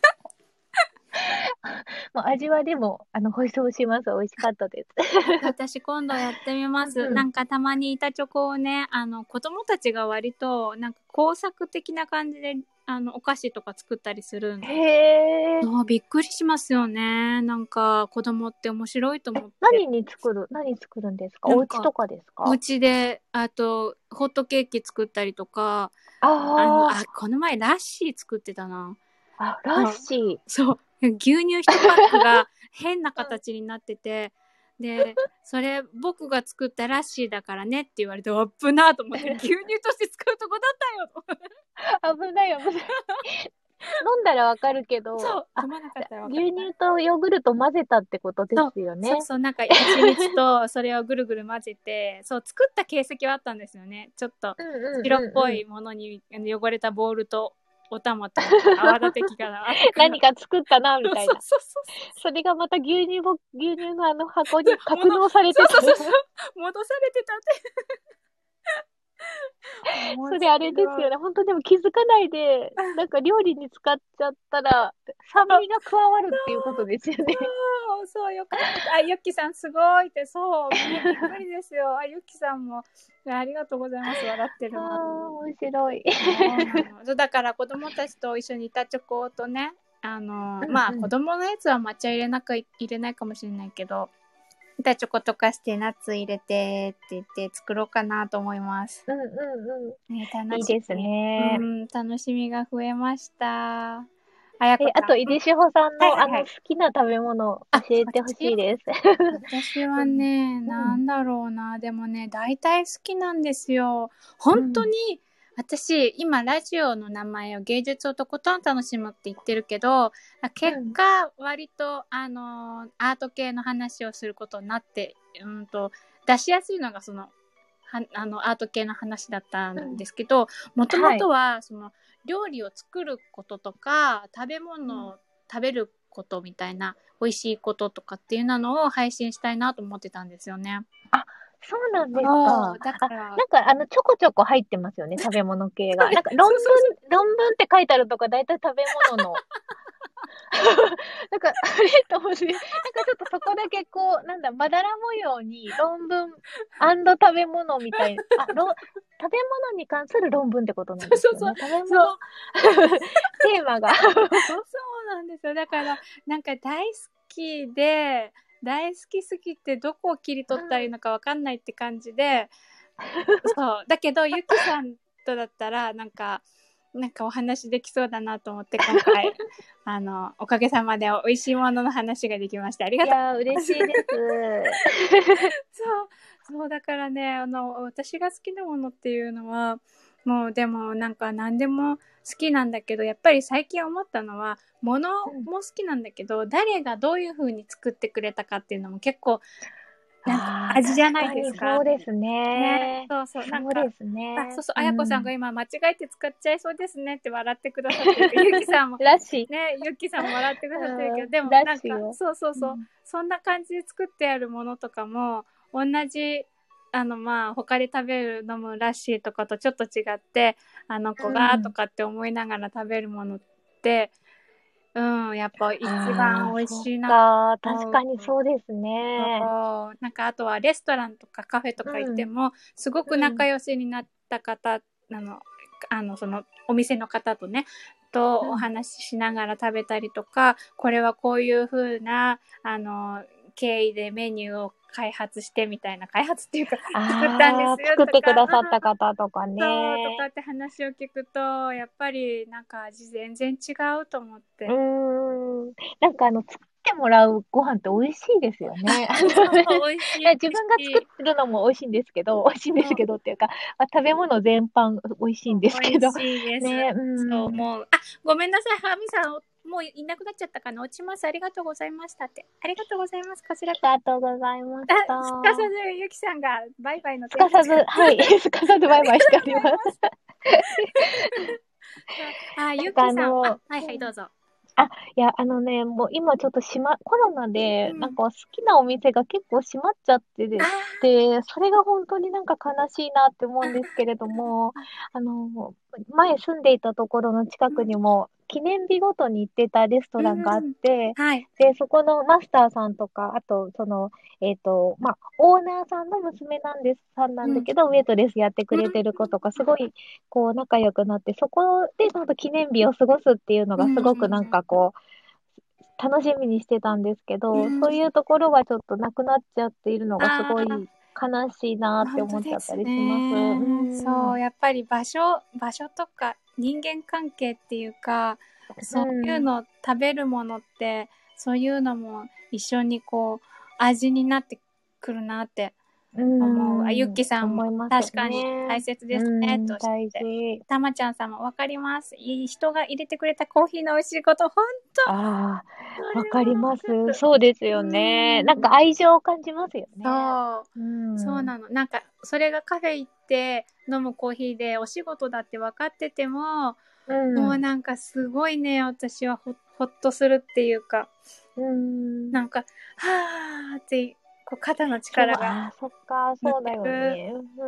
もう味はでも、あの、保証します。美味しかったです。 私今度やってみます。 うんうんなんかたまに板チョコをね、あの、子供たちが割と、なんか工作的な感じで、あの、お菓子とか作ったりするんで。 へー。 そう、びっくりしますよね。なんか、子供って面白いと思って。 何に作る、何作るんですか？おなんか家とかですか？ お家で、あと、ホットケーキ作ったりとか、 ああの、 ーあ、この前ラッシー作ってたな。 あ、ラッシー。 そう。牛乳一パックが変な形になってて、で、それ僕が作ったラッシーだからねって言われて、あっぶなーと思って、牛乳として使うとこだったよと思って。 危ない危ない。飲んだらわかるけど、 そう、 あ飲まなかったらわかんない牛乳とヨーグルト混ぜたってことですよね。 そうそう、なんか蜂蜜とそれをぐるぐる混ぜて、そう、作った形跡はあったんですよね。ちょっとうんうんうんうん白っぽいものに汚れたボウルとお玉と泡立て器があって何か作ったな、みたいな。 そうそうそうそれがまた牛乳も、牛乳のあの箱に格納されてた。 そうそうそうそう戻されてたってそれあれですよね。本当でも気づかないで、なんか料理に使っちゃったら、酸味が加わるっていうことですよね。 そうそうよかったあゆっきさんすごいってそうびっくりですよあゆっきさんもありがとうございます笑ってるあなあ、面白い。 そうなのそうだから子供たちと一緒に板チョコとねあの、 うんうんまあ子供のやつは抹茶入れなく入れないかもしれないけど板チョコ溶かしてナッツ入れてって言って作ろうかなと思います。 うんうんうん。 ね、楽しみいいですね。 うん、楽しみが増えました。あやこえ、 さん。 あと、井出志保さんの、 はいはいはいあの、好きな食べ物を教えてほしいです。 私はね、 んなんだろうな。でもね、大体好きなんですよ。本当に、私、今、ラジオの名前を芸術をとことん楽しむって言ってるけど、結果、割と、あの、アート系の話をすることになって、うんと、出しやすいのが、その、はあの、アート系の話だったんですけど、もともとは、その、料理を作ることとか、食べ物を食べることみたいな、美味しいこととかっていうのを配信したいなと思ってたんですよね。 あ、そうなんですそうか。 だからあ、なんか、あの、ちょこちょこ入ってますよね、食べ物系が。なんか、論文、論文って書いてあるとか、だいたい食べ物の。なんか、あれと思って、なんかちょっとそこだけこう、なんだ、まだら模様に論文食べ物みたいな、あ、ろ食べ物に関する論文ってことなんですよね。 そう食べ物テーマが。 そうなんですよ。だから、なんか大好きで、大好きすぎてどこを切り取ったらいいのかわかんないって感じで、そう。だけど、ゆきさんとだったら、なんか、なんかお話できそうだなと思って、今回、あの、おかげさまで美味しいものの話ができました。ありがとういやー、嬉しいです。 そう、そうだからね、あの、私が好きなものっていうのは、もうでもなんか何でも好きなんだけど、やっぱり最近思ったのは、物も好きなんだけど、誰がどういう風に作ってくれたかっていうのも結構、なんかああ、 味じゃない確かにですか。 そうですね、 ね。 そうそう、なんか、 そうですあ、 ね。 そうそう、あうやこさんん。 が今間違えて使っちゃいそうですねって笑ってくださってるけど、ゆきさんも、 らしい。 ね、ゆきさんも笑ってくださってるけど、 うん、 でもらなんか、 しいよ。 そうそうそう、 うん。 そんな感じで作ってあるものとかも、同じ、あの、まあ、他で食べる、飲むラッシーとかとちょっと違って、あの子が、とうん。 かって思いながら食べるものって、うん、やっぱ一ああ、 番美味そっしいなとか。確思う。 かにそうですね。 そう。なんかあとはレストランとかカフェとか行っうん。 ても、すごくうん。 仲良しになった方、あの、あの、そのお店の方とね、とおうん。 話ししながら食べたりとか、これはこういう風な、あの、経緯でメニューを開発してみたいな、開発っていうか、作ったんでああ、 すよ作ってくとか、 ださった方とかそうとかね。 って話を聞くと、やっぱりなんか味全然違うと思っうて。 ーん。なんかあの、作ってもらうご飯って美味しいですよあ、 ね。あそうそうのね、 そう、美味しい、 いや自美味分が作っしい。 てるのも美味しいんですけど、美味しいんですけどっていうか、まあ、食べ物全般美味しいんですけど、 美味しいです。 ね、うそう、 ん。 もう、あ、ごめんなさい、ハミさん、もういなくなっちゃったかな。落ちます。ありがとうございましたって。ありがとうございます。こちらこそ。 ありがとうございましあ、 た。 すかさずゆきさんがバイバイの手をすかさず、はい、すかさずバイバイしております。 あ、 なんかゆきさん、あ、 あの、 はいはい、どうん、 うぞ。 あ、いや、あのね、もう今ちょっと閉ま、コロナで、なんうん。 か好きなお店が結構閉まっちゃってあで、で、それが本当になんか悲しいなって思うんですけれども、 ー、 あの、前住んでいたところの近うん、 くにも、記念日ごとに行ってたレストうランがあっん、 て、 はい。 で、そこのマスターさんとか、あと、その、えっと、まあ、オーナーさんの娘なんです、さんなうん、 んだけど、ウェイトレスやってくうん、 れてる子とか、すごい、こう、仲良くなって、そこで、ちゃんと記念日を過ごすっていうのうが、すごくなんん、 かこう、楽しみにしてたんですけど、 うん。 そういうところがちょっとなくなっちゃっているのがすごいあ悲しいなあ、 って本当思っちゃったですりします。うーね。そう、 ん。 やっぱり場所、場所とか人間関係っていうか、 うそういうん。 の、食べるものって、そういうのも一緒にこう、味になってくるなってう思う。あ、ゆっん。 きさんも思いますよ確かに大ね。 切うですね、とん。 おっしゃっ大て。 事。 たまちゃんさんもわかります。いい人が入れてくれたコーヒーの美味しいこと、ほんと、 あそあ、われはわかります。 かる。 そうですよね。なんうん。 か愛情を感じますよね。 そう。 うん。 そうなの。なんか、それがカフェ行って飲むコーヒーでお仕事だって分かってても、 うん。 もうなんかすごいね、私はほ、ほっとするっていうか、 うん。 なんか、はーって、こう肩のそう、 力がああ、そっか、 抜そうだよけるね。うん。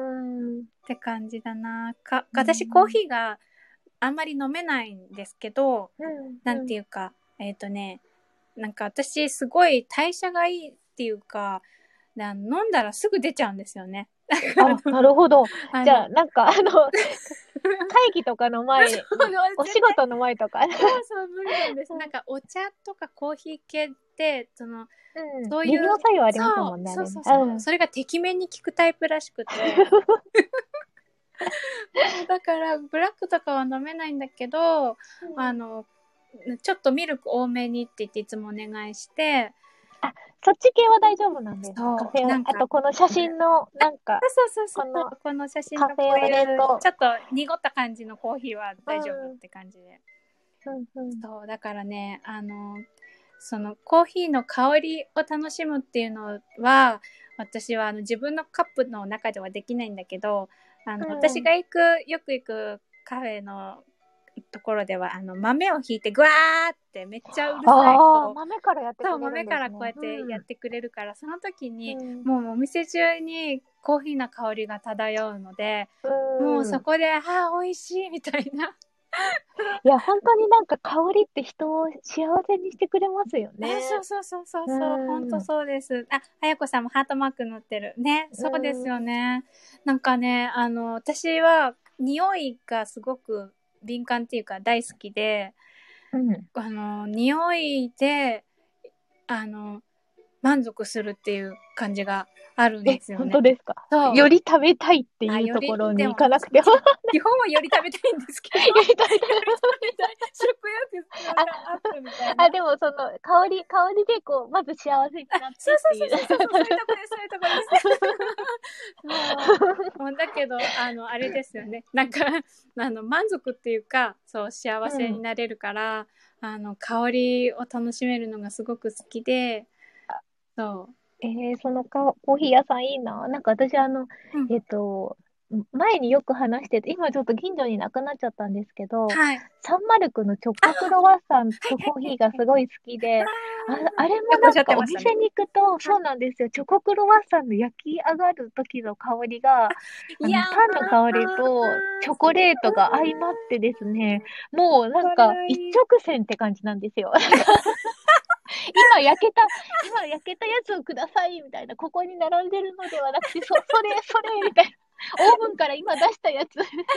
って感じだな。か、 う私コーん。 ヒーがあんまり飲めないんですけど、 うん。 なんうん。 ていうか、えっとね、なんか私すごい代謝がいいっていうか、あの飲んだらすぐ出ちゃうんですよね。 あ、なるほど。 あの、 じゃあ、なんか、あの、会議とかの前そう、 に、お絶対、 仕事の前とか。 そうそう、無理なんです。 うん、 なんかお茶とかコーヒー系って、その、 うん。 そういう、 利尿作用ありますそう、 もんね、あれね。 そうそうそう、 うん。 それがてきめんに効くタイプらしくて、そうだからブラックとかは飲めないんだけど、あの、ちょっとミルク多めにって言っていつもお願いして、 あ、そっち系は大丈夫なんですか？カそう、 フェオ、 なんか、 あとこの写真の、なんか、 そうそうそうそう、 このこの写真カフェオのこういう、 レと、 ちょっと濁った感じのコーヒーはう大丈夫っん、 て感じで。 うん、うん。 そう、だからね、あの、そのコーヒーの香りを楽しむっていうのは、私はあの自分のカップの中ではできないんだけど、あの、私うん。 が行く、よく行くカフェのところでは、あの、豆をひいてぐわーってめっちゃうるさい、 ああ、 こう、 豆からやってそう、 くれる豆からんですね。 こうやってやうん、 ってくれるから、その時うに、 ん、 もうお店中にコーヒーの香りが漂うので、もううん。 そこで、ああ、美味しいみたいな。 いや、本当になんか香りって人を幸せにしてくれますよあ、そね。 うそうそうそううそう。ほんとん、 そうです。あ、あやこさんもハートマーク塗ってる。ね。 うそうですよん、 ね。なんかね、あの、私は匂いがすごく敏感っていうか大好きで、 うん。 あの、匂いであの、満足するっていう感じがあるんですよね。 本当ですか？より食べたいっていうところに行かなくても。 基本はより食べたいんですけど。より食べたい。食欲アップみたいな。 あ、でもその、香り、香りでこう、まず幸せになってっていう。 そうそうそうそう、そういうとこです、そういうとこです。もう、だけど、あの、あれですよね。なんか、あの、満足っていうか、そう、幸せになれるから、うん、あの、香りを楽しめるのがすごく好きで、そう。 えー、そのかコーヒー屋さんいいな。なんか私あの、うん、えっと、前によく話してて、今ちょっと近所になくなっちゃったんですけど、はい、サンマルクのチョコクロワッサンとコーヒーがすごい好きで、あ, あれもなんかお店に行くと、そうなんですよ、チョコクロワッサンの焼き上がる時の香りが、あのパンの香りとチョコレートが相まってですね、もうなんか一直線って感じなんですよ。今焼けた、今焼けたやつをくださいみたいな、ここに並んでるのではなくて、そ、それ、それ、みたいな。オーブンから今出したやつ。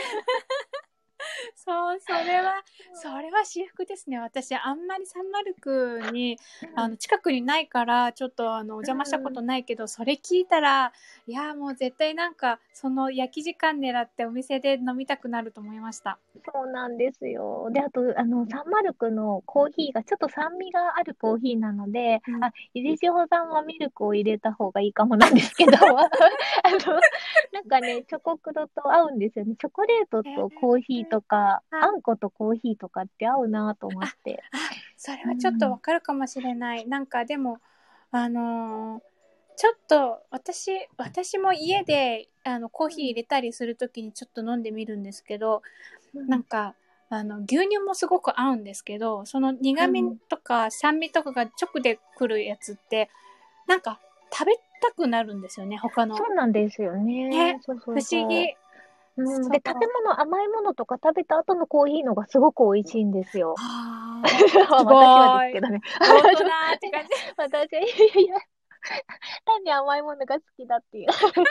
そう、それは、それは至福ですね。私、あんまりサンマルクに、あの、近くにないから、ちょっと、あの、お邪魔したことないけど、うん、それ聞いたら、いや、もう絶対なんか、その焼き時間狙ってお店で飲みたくなると思いました。 そうなんですよ。で、あと、あの、サンマルクのコーヒーがちょっと酸味があるコーヒーなので、うん、あ、いりしほさんはミルクを入れた方がいいかもなんですけど、あの、なんかね、チョコクロと合うんですよね。チョコレートとコーヒーとか、えー、あんことコーヒーとかって合うなと思って。 あ、あ、それはちょっとわかるかもしれない。うん、なんかでも、あのー、ちょっと私、私も家であのコーヒー入れたりするときにちょっと飲んでみるんですけど、うん、なんか、あの、牛乳もすごく合うんですけど、その苦味とか酸味とかが直で来るやつって、なんか食べたくなるんですよね、他の。 そうなんですよね。 ね、 そうそうそう、 不思議。 うん、で、食べ物、甘いものとか食べた後のコーヒーのがすごく美味しいんですよ。 あ私はですけどね。 大人って感じ。 私は、いやいや、単に甘いものが好きだっていう。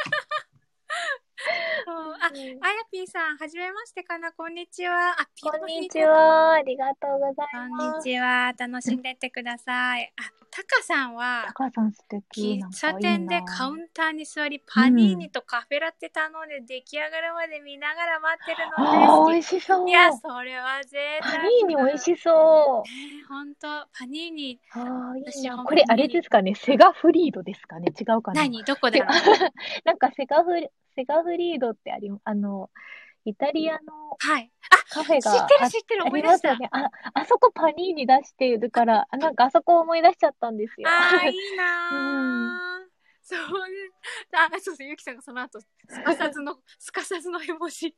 あ、あやぴーさん、はじめましてかな、こんにちは。あ、 こんにちは、ありがとうございます。 こんにちは、楽しんでってください。あ、タカさんは、 タカさん素敵。 喫茶店でカウンターに座り、パニーニとカフェラテ頼んで出来上がるまで見ながら待ってるのです。 ああ、美味しそう。 いや、それは贅沢。 パニーニ美味しそう。 えー、ほんと、パニーニ。 ああ、いいな。これあれですかね、セガフリードですかね、違うかな。 何どこだろう。 なんかセガフ、セガフリードってあり、あの、イタリアのカフェがありますよね。あ、あそこパニーニ出しているから、なんかあそこ思い出しちゃったんですよ。 ああ、いいなー。うん、そう、あ、そうそう、ゆきさんがその後、すかさずの、すかさずの絵文字。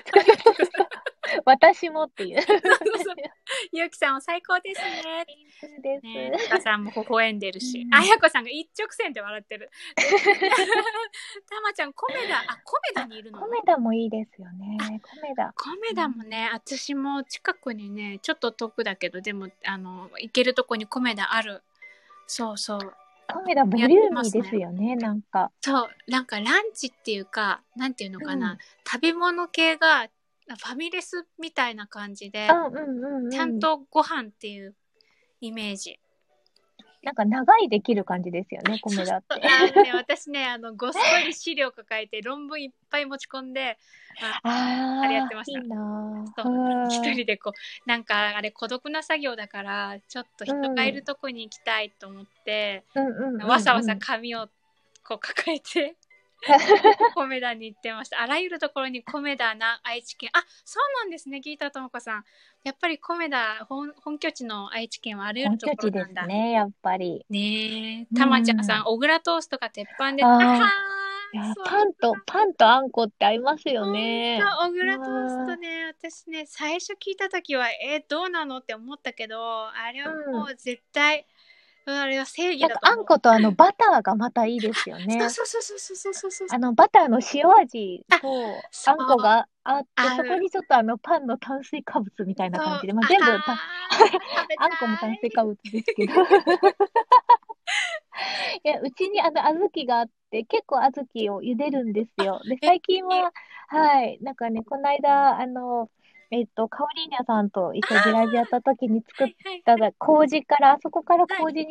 私もっていう。 ゆうきさんは最高ですね。 です。 ね、たかさんも微笑んでるし。あやこさんが一直線で笑ってる。たまちゃん、コメダ、あ、コメダにいるの？ コメダもいいですよね。コメダ。 コメダもね、私も近くにね、ちょっと遠くだけど、でも、あの、行けるとこにコメダある。そうそう。 コメダボリューミーですよね、なんか。 そう、なんかランチっていうか、なんていうのかな、うん、食べ物系がファミレスみたいな感じで、 うんうんうんうん、 ちゃんとご飯っていうイメージ。 なんか長いできる感じですよね、コメダって。 あのね、私ね、あの、ごっそり資料抱えて論文いっぱい持ち込んで、 あ, あれやってました。 いいなそう一人でこう、なんかあれ孤独な作業だから、ちょっと人がいるとこに行きたいと思って、うんうんうんうん、わざわざ紙をこう抱えて、コメダに行ってました。あらゆるところにコメダな愛知県。あ、そうなんですね、ギータともこさん。やっぱりコメダ本、本拠地の愛知県はあらゆるところなんだ。 本拠地ですね、やっぱり。 ねえ。たまちゃんさん、小倉トーストが鉄板で。 ああ。いやパンと、パンとあんこって合いますよね。 小倉トーストね、私ね、最初聞いたときは、えー、どうなのって思ったけど、あれはもう絶対、うん、あれは正義だと思う。 なんかあんことあのバターがまたいいですよね。 そうそうそうそうそうそうそう。 あのバターの塩味とあんこがあって、そこにちょっとあのパンの炭水化物みたいな感じで、まあ、全部パン、あんこも炭水化物ですけど。いや、うちにあの、小豆があって、結構小豆を茹でるんですよ。で、最近は、はい、なんかね、この間、あの、えっと、カオリーニャさんと一緒にブラジルやった時に作った麹から、あそこから麹にはまっ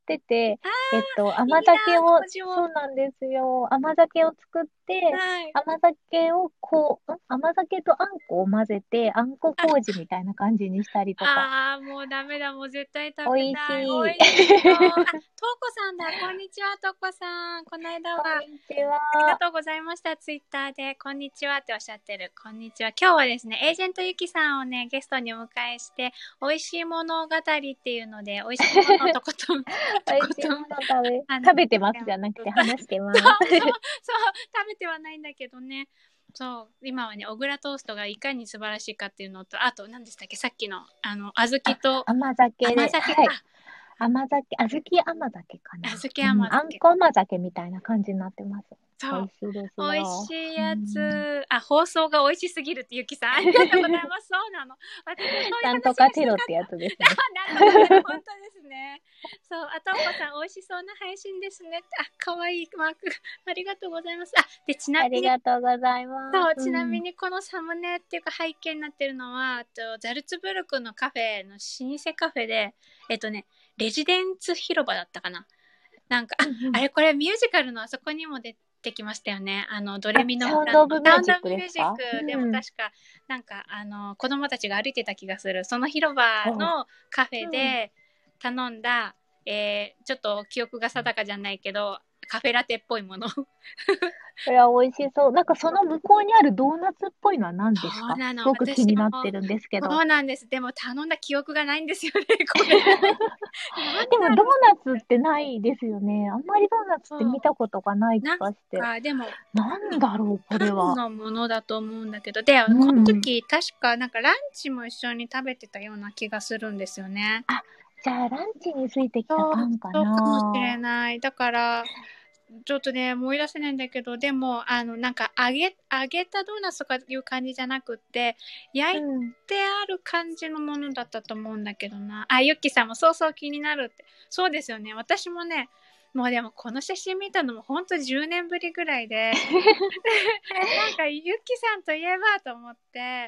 ってて、 あえっと、 ー、いい甘な酒を、 ー、麹も。 そうなんですよ。甘酒を作って、 はい。 甘酒をこう、ん甘酒とあんこを混ぜて、あんこ麹みたいな感じにしたりとか。 ああ、もうダメだ。もう絶対食べ美味したい。 い。 美味しそう。あ、とうこさんだ。こんにちは、とうこさん。この間は、 こんにちは。 ありがとうございました。ツイッターで、こんにちはっておっしゃってる。こんにちは。今日はですね、エージェントゆきさんをね、ゲストにお迎えして、美味しいもの語りっていうので、美味しいものをとことん、と美味しいもことん、 の食べ、 あの、 食べてますじゃなくて話してそう、 ます。 そう、そう、食べてはないんだけどね。そう、今はね、小倉トーストがいかに素晴らしいかっていうのと、あと、何でしたっけ、さっきの、あの、小豆あ、 と甘酒で、 甘酒、 はい。 あ、 甘酒、小豆甘酒かな。 小豆うん、 甘酒。 あんこ甘酒みたいな感じになってます。美そう。 味しいです美味しよ。 いうやん、 つ。あ、放送が美味しすぎるってゆきさん。ありがとうございます。そうなの。私はそういうなんと話がかテロってやしたかった。 つですね。 なんとかテロ、本当ですね。そう、あとこさん、美味しそうな配信ですね。あ、かわいいマーク。ありがとうございます。あ、で、ちなありみに、 がとうございます。 そう、 うん。 ちなみにこのサムネっていうか背景になってるのは、あとザルツブルクのカフェの老舗カフェで、えっとね、レジデンツ広場だったかな。なんか、あ、 うんうん。 あれこれミュージカルのあそこにも出てきましたよね。あの、ドレあ、 ミのサウン村のドオブミューサウンドオブジックですミュージッか？ クでもうん。 確か、なんか、あの、子供たちが歩いてた気がする。その広場おう。 のカフェうん。 で頼んだ、えー、ちょっと記憶が定かじゃないけど、カフェラテっぽいもの。 これは美味しそう。なんかその向こうにあるドーナツっぽいのは何ですか？ そうなの。 すごく気私も、 になってるんですけど。 そうなんです。でも頼んだ記憶がないんですよね、これ。なんでもドーだろう。 ナツってないですよね。あんまりドーナツって見たことがない気なんがして。 か、でも、 なんだろう、こパれは。 ンのものだと思うんだけど、で、 うこのん。 時、確か、なんかランチも一緒に食べてたような気がするんですよね。 あ、じゃあランチについてきたそう、 パンかそうかもしれな。 ない。だから、ちょっとね、思い出せないんだけど、でも、あの、なんか、揚げ、揚げたドーナツとかいう感じじゃなくって、焼いうん。 てある感じのものだったと思うんだけどな。あ、ゆっきさんもそうそう気になるって。そうですよね。私もね、もうでもこの写真見たのもほんとじゅうねんぶりぐらいで、なんかゆっきさんといえばと思って、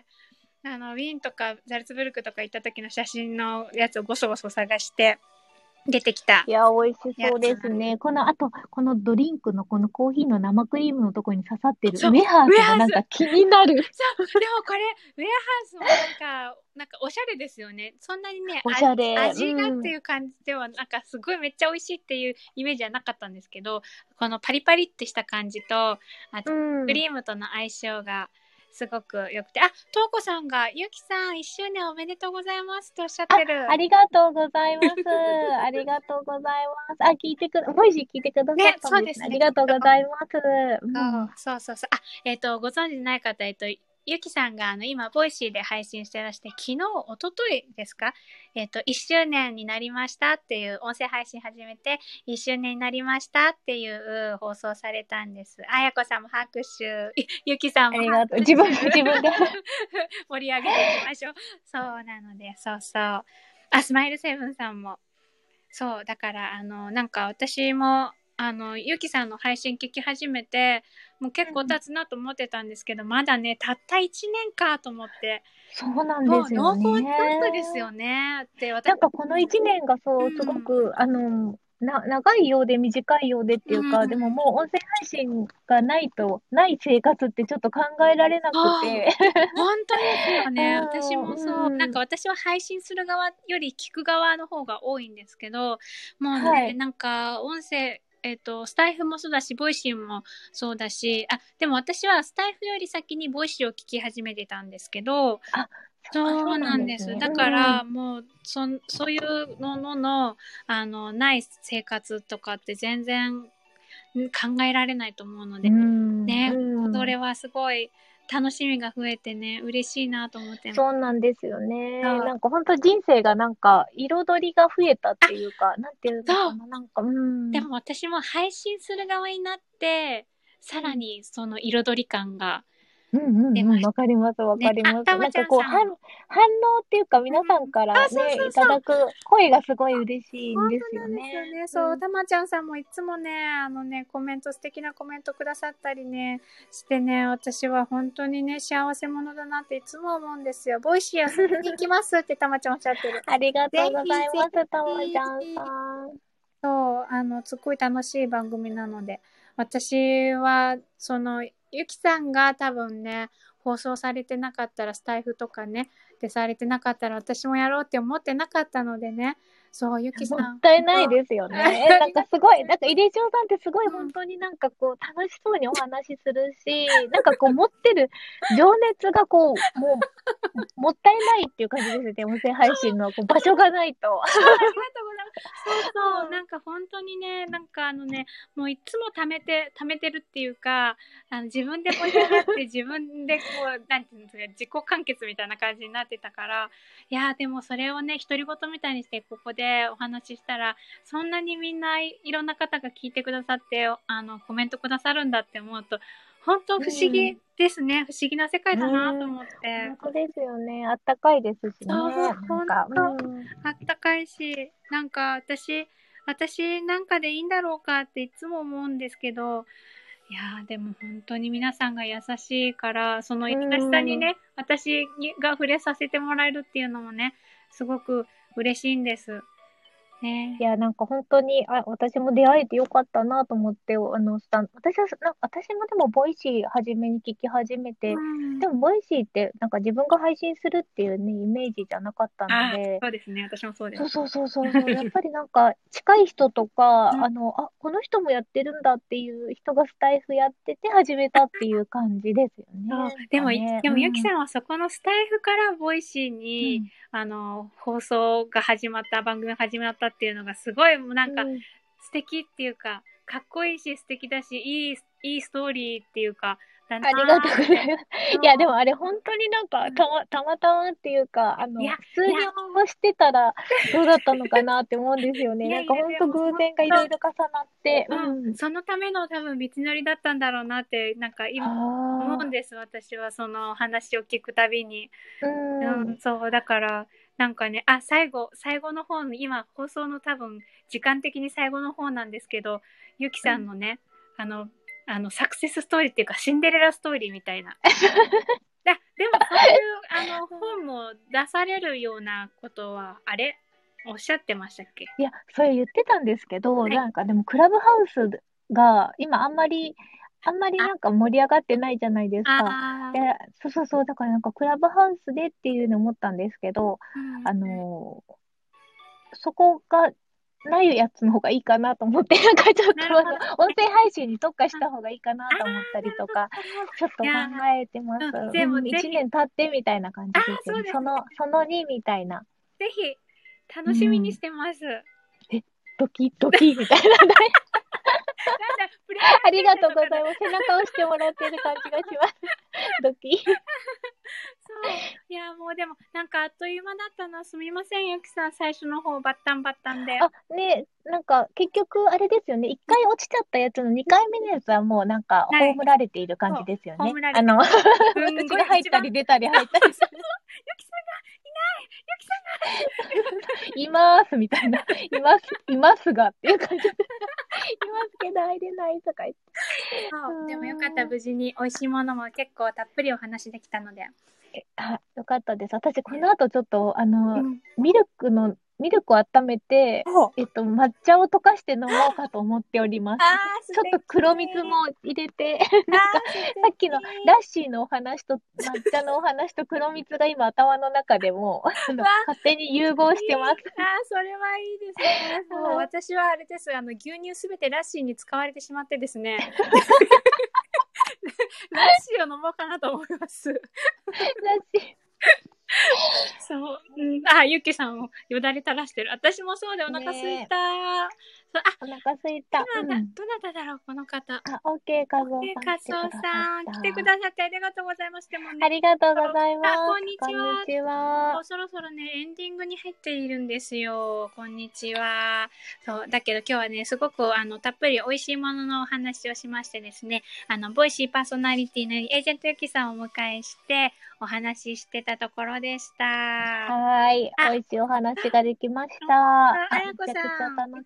あの、ウィーンとかザルツブルクとか行った時の写真のやつをごそごそ探して出てきたいや、美味しそうやつなんで。 ですね。この、あと、このドリンクのこのコーヒーの生クリームのところに刺さってるそう、 ウェハースがなんウェハース。 か気になる。 そう、でもこれ、ウェアハウスもなんか、なんかおしゃれですよね。そんなにね、 おしゃれ。 味がっうん。 ていう感じでは、なんかすごいめっちゃ美味しいっていうイメージはなかったんですけど、このパリパリってした感じと、あと、 うん。 クリームとの相性がすごく良くて、あ、とうこさんが、ゆきさんいっしゅうねんおめでとうございますとおっしゃっあ、 てる。 ありがとうございます。ありがとうございます。あ、聞いてく、ボイシー聞いてくださっね、 たんですね。あそうですね、きっりがとうごと。 ざいます。 そうん。 う、そうそうそう。あ、えっ、と、ご存知ない方、えっ、と、ゆきさんが、あの、今、ボイシーで配信してらして、昨日、おとといですか？えっ、と、いっしゅうねんになりましたっていう、音声配信始めて、いっしゅうねんになりましたっていう放送されたんです。あやこさんも拍手、ゆきさんも拍ありがとう。 手。 自分で、自分で。 盛り上げていきましょう。そうなので、そうそう。あ、スマイルセブンさんも。そう、だから、あの、なんか私も、あの、ゆきさんの配信聞き始めて、もう結構経つなと思ってたんですけど、まだね、たったいちねんかと思って、 そうなんでもうすよ濃厚接ね。 触ですよね。って私、 なんかこの一年がうそう、すごん、 く、あの、な、長いようで短いようでってういうか、でもん、 もう音声配信がないと、ない生活ってちょっと考えられなくそう。 て。 本当ですようね。私ん、 もそう。なんうん。 か私は配信する側より聞く側の方が多いんですけど、もうね、 はい。 なんか音声、えっと、スタイフもそうだし、ボイシーもそうだし、あ、でも私はスタイフより先にボイシーを聞き始めてたんですけど、 あ、あ、 そうそうななんです。 んですね。 だかうん。 ら、もう、そ、そういうののの、あの、ない生活とかって全然考えられないと思うのうで、 ん、 ね、そうん。 れはすごい楽しみが増えてね、嬉しいなと思ってます。 そうなんですよね。 そう。 なんか本当人生がなんか彩りが増えたっあ、 ていうか、なんていうのそう。 かな。なんか、うん。うん。 でも私も配信する側になって、さらにその彩り感がうんうんうん。 出ました。 わかります、わかね。あ、 ります。 たまちなんかこう、反、 ゃんさんも。 反応っていうか、 うん。 皆さんかそうそうらね、いたそうそう。 だく声がすごい嬉しい本んですよ当なんですよね。 ね。そう、 うん。 たまちゃんさんもいつもね、あのね、コメント、素敵なコメントくださったりね、してね、私は本当にね、幸せ者だなっていつも思うんですよ。ボイシー遊びに行きますってたまちゃんおっしゃってる。 ありがぜとうござひぜいます、たまちひ。 ゃんさん。 そう、あの、すごい楽しい番組なので、私は、その、ゆきさんが多分ね、放送されてなかったら、スタイフとかね、でされてなかったら、私もやろうって思ってなかったのでね、そう、ゆきさん、 もったい本当、 ないですよね。 あなんりがとかすごい、 うございます。 なんか入江嬢さんってすごいうん。 本当になんかこう楽しそうにお話しするし、なんかこう持ってる情熱がこう、もう、もったいないっていう感じですね。音声配信のこう場所がないと。 あ、ありがとうございます。そうそう、 うんなんか本当にね、なんかあのね、もういつも貯めて、貯めてるっていうか、あの自分で盛り上がって自分でこう、なんていうんですか、自己完結みたいな感じになってたから、いやーでもそれをね、独り言みたいにしてここでお話ししたら、そんなにみんないいろんな方が聞いてくださって、あの、コメントくださるんだって思うと、本当不思議ですね。不思議な世界だなとうん。 思って。 本当ですよね。あったかいですしね。 そう、 なん本か、 当うん。 あったかいし、なんか私、私なんかでいいんだろうかっていつも思うんですけど、いやーでも本当に皆さんが優しいから、そのう優しさにん。 ね、私にが触れさせてもらえるっていうのもね、すごく嬉しいんです。ね。 いや、なんか本当に、あ、私も出会えてよかったなと思って、あの、スタン、私は、な、私もでも、ボイシー初めに聞き始めうて、 ん。 でも、ボイシーって、なんか自分が配信するっていうね、イメージじゃなかったのああ、 で、 そうですね。私もそうです。 そうそうそうそうそう。やっぱりなんか近い人とか、 うん。 あの、あ、この人もやってるんだっていう人がスタイフやってて始めたっていう感じですよそう。 ね。なんでも、 かね。 でも、ゆきうん。 さんはそこのスタイフからボイシーに、 うん。 あの、放送が始まった、番組が始まったっていうのがすごい、なんか、 うん。 素敵っていうか、かっこいいし素敵だし、いい、いいストーリーっていうか、だなありがとうーって。 ございます。 そいや、でもう。 あれ本当になんかうん。 たま、たまたまっていうか、あの、 いや、 普通いや、 に応募してたらどうだったのかなって思うんですよね。なんかいやいや、 本当偶でも本然がいろいろ重なって。 当、うん、 うん。 そのための多分道のりだったんだろうなって、なんか今思うんはあ。 です、私はその話を聞くたびに。 ううん、 ん。 そう、だから、なんかね、あ、最後、最後の方の、今、放送の多分、時間的に最後の方なんですけど、ゆきうん。 さんのね、あの、あの、サクセスストーリーっていうか、シンデレラストーリーみたいな。だ、でもそういう、あの、本も出されるようなことは、あれおっしゃってましたっけ？ いや、それ言ってたんですけど、 はい。 なんかでもクラブハウスが今あんまり、あんまりあ、 なんか盛り上がってないじゃないですか。で、 あー、 そうそうそう、だからなんかクラブハウスでっていうのを思ったんですけど、 うん。 あのーそこがないやつの方がいいかなと思って、なんかちょっとあの、 なるほど。 音声配信に特化しうん、 た方がいいかあー、 なと思ったなるほど、 りとか、 なるほど。 ちょっと考いやえてます。 ー、うん、でもうん、 ぜひ、 一年経ってみたいな感あー、 じですよね。 そうですね。 その、そのにみたいな。 ぜひ、楽しみにうん。 してます。 え、ドキドキみたいな。 なんだ、プレイヤーありがとう精神の方。 ございます。背中を押してもらってる感じがします。ドキ。 そう。いや、もうでも、なんかあっという間だったな。すみません、ゆきさん。最初の方、バッタンバッタンで。 あ、ね、なんか結局あれですよね。一回落ちちゃったやつの二回目のやつはもうなんかはい。 葬られている感じそう。 ですよね。 葬られあの、 てます。すんごい、 私が入っ一番、 たり出たりそう入ったりする。 そうそう。ゆきさんがいない。ゆきさんが。 いますみたいな。います、いますがっていう感じで。いますけど入れないとか言って。うそう。でもよかった。 ーん。 無事に美味しいものも結構たっぷりお話できたので。 あ、よかったです。私、この後ちょっと、あの、 うん。 ミルクの、ミルクを温めて、 そう。 えっと、抹茶を溶かして飲もうかと思っております。 あー、素ちょっと敵。 黒蜜も入れて、 あなんか、 ー、素さっきの敵。 ラッシーのお話と、抹茶のお話と黒蜜が今頭の中でも、あの、 わ、 勝手に融合いい。 してます。 あー、それはいいですね。そう、 はい。 私はあれです。あの、牛乳すべてラッシーに使われてしまってですね。ラッシーを飲もうかなと思います。 ラッシそう。うん、あ、ゆきさんもよだれ垂らしてる。私もそうでおー。 腹すいねえ、 た。そう、あ、 お腹すいた。 どなた、 うん。 どなただろう、この方。 あ、オーケー、画像え、 さんかそう来てくださっさん、来てくた。 ださってありがとうございます。でもね、 ありがとうそろございあ、 ます。 こんにちは。 こんにちは。 もうそろそろね、エンディングに入っているんですよ。こんにちは。そう、だけど今日はね、すごくあの、たっぷり美味しいもののお話をしましてですね、あの、ボイシーパーソナリティのエージェントゆきさんをお迎えして、お話ししてたところでした。あ、 はーい。美味しいお話ができました。あ、 あやこめちゃくちゃさん、めっちゃ楽しかった。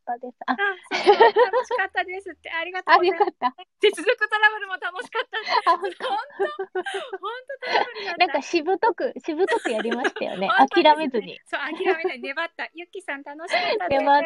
ったです。あ、 あ、そうそう、楽しかったですって。ありがとうあ、 ございます。 よかった。 接続トラブルも楽しかったです。 あ、 本本当。 当、本当トラブルだった。 なんかしぶとく、しぶとくやりましたよね。 本当ですね。 諦めずに。 そう、諦めない。粘った。ゆきさん楽しかったです。 粘った。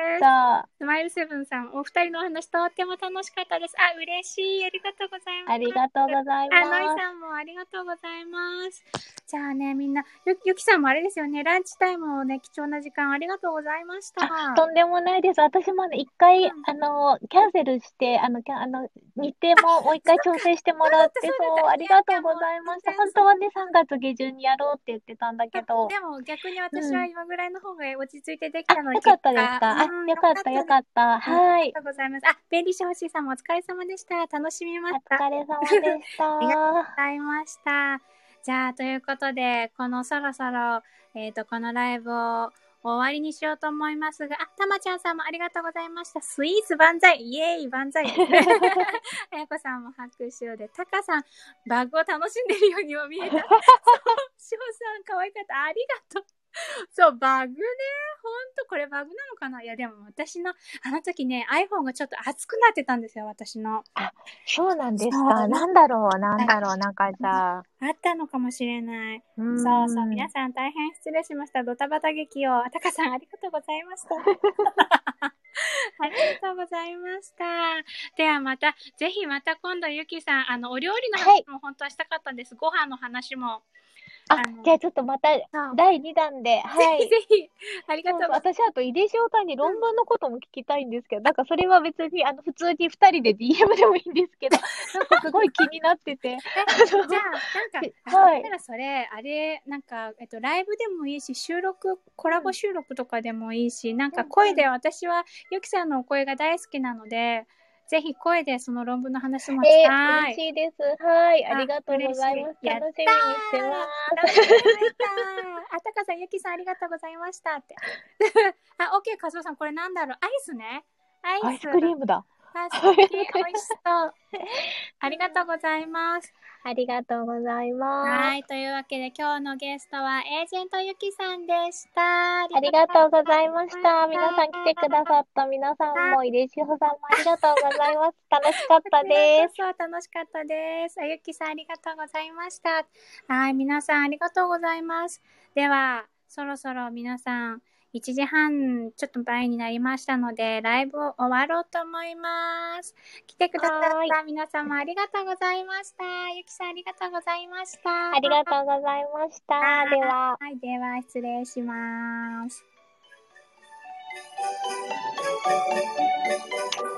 スマイルセブンさん、お二人のお話とっても楽しかったです。あ、嬉しい。ありがとうございます。 ありがとうございあ、のいます。 さんもありがとうございます。じゃあね、みんな、ゆゆきさんもあれですよね、ランチタイムをね、貴重な時間ありがとうございました。 あ、とんでもないです。私もね、一回、 うんあの、キャンセルして、あの、キャあの、日程ももう一回調整してもらって、 そうだった、そうだそう、 った。 ありがとうごいやいやもうざいました。 全然本当はね、さんがつ下旬にやろうって言ってたんだけど、 でも逆に私うん。 は今ぐらいの方が落ち着いてできあ、 たので、 よかったです結果。 か？あ、 うん、 よかった、よかった。 です。あはい。 りがとうございます。あ、便利ショーシーさんもお疲れ様でした。楽しみました。 お疲れ様でしありがとうごた。 ざいました。じゃあ、ということで、このそろそろ、えっと、このライブを終わりにしようと思いますが、あ、たまちゃんさんもありがとうございました。スイーツ万歳イエーイ万歳ですね。あやこさんも拍手で、たかさん、バグを楽しんでるようにも見えた。そう、しおさん可愛かった。ありがとう。そう、バグね。ほんと、これバグなのかないや、でも私の、あの時ね、iPhone がちょっと熱くなってたんですよ、私の。 あ、そうなんですそうか。なんだろう、なんだろう、なんかじゃあ。 あったのかもしれない。 うーそうそう、 ん。 皆さん大変失礼しました。ドタバタ劇を。タカさんありがとうございました。ありがとうございました。ではまた、ぜひまた今度ゆきさん、あの、お料理のはい。 話も本当はしたかったんです。ご飯の話も。 あ、 あの、 じゃあちょっとまた、 そうだいにだんで、はぜひい。 ぜひ、ありがそうそう、 とうございます。 私あと、井出塩さんに論文のことも聞きたいんですけど、なんかそれは別に、あの、普通にふたりで ディーエム でもいいんですけど、なんかすごい気になってて、 え、 あの、 じゃあ、なんか、あ、そはい。 したらそれ、あれ、なんか、えっと、ライブでもいいし、収録、コラボ収録とかでもいいし、なんか声で、私は、ゆきさんのお声が大好きなので、ぜひ声でその論文の話もしえー、 たい。 嬉しいです。はい。ありあ、 がとうご嬉しい。 ざいます。 やっ楽したみにしてまー楽しみにす。 したーあ、たかさん、ゆきさんありがとうございましたって。あ、オッケー、かずおさん、これなんだろうアイスね。アイス。 アイスクリームだ。 あ、素アイスクリ敵。美味しそう。ありがとうございます。 ありがとうございます。 はい。というわけで、今日のゲストは、エージェントゆきさんでした。あありがとうございました。皆さん来てくださった皆さんも、井出志保さんもありがとうございます。楽しかったです。 そう、楽しかったです。あゆきさん、ありがとうございました。はい。皆さん、ありがとうございます。では、そろそろ皆さん、いちじはんちょっと前になりましたので、ライブを終わろうと思います。来てくださった皆様ありがとうございました。ゆきさんありがとうございました。 ありがとうございました。では。 はい、では失礼します。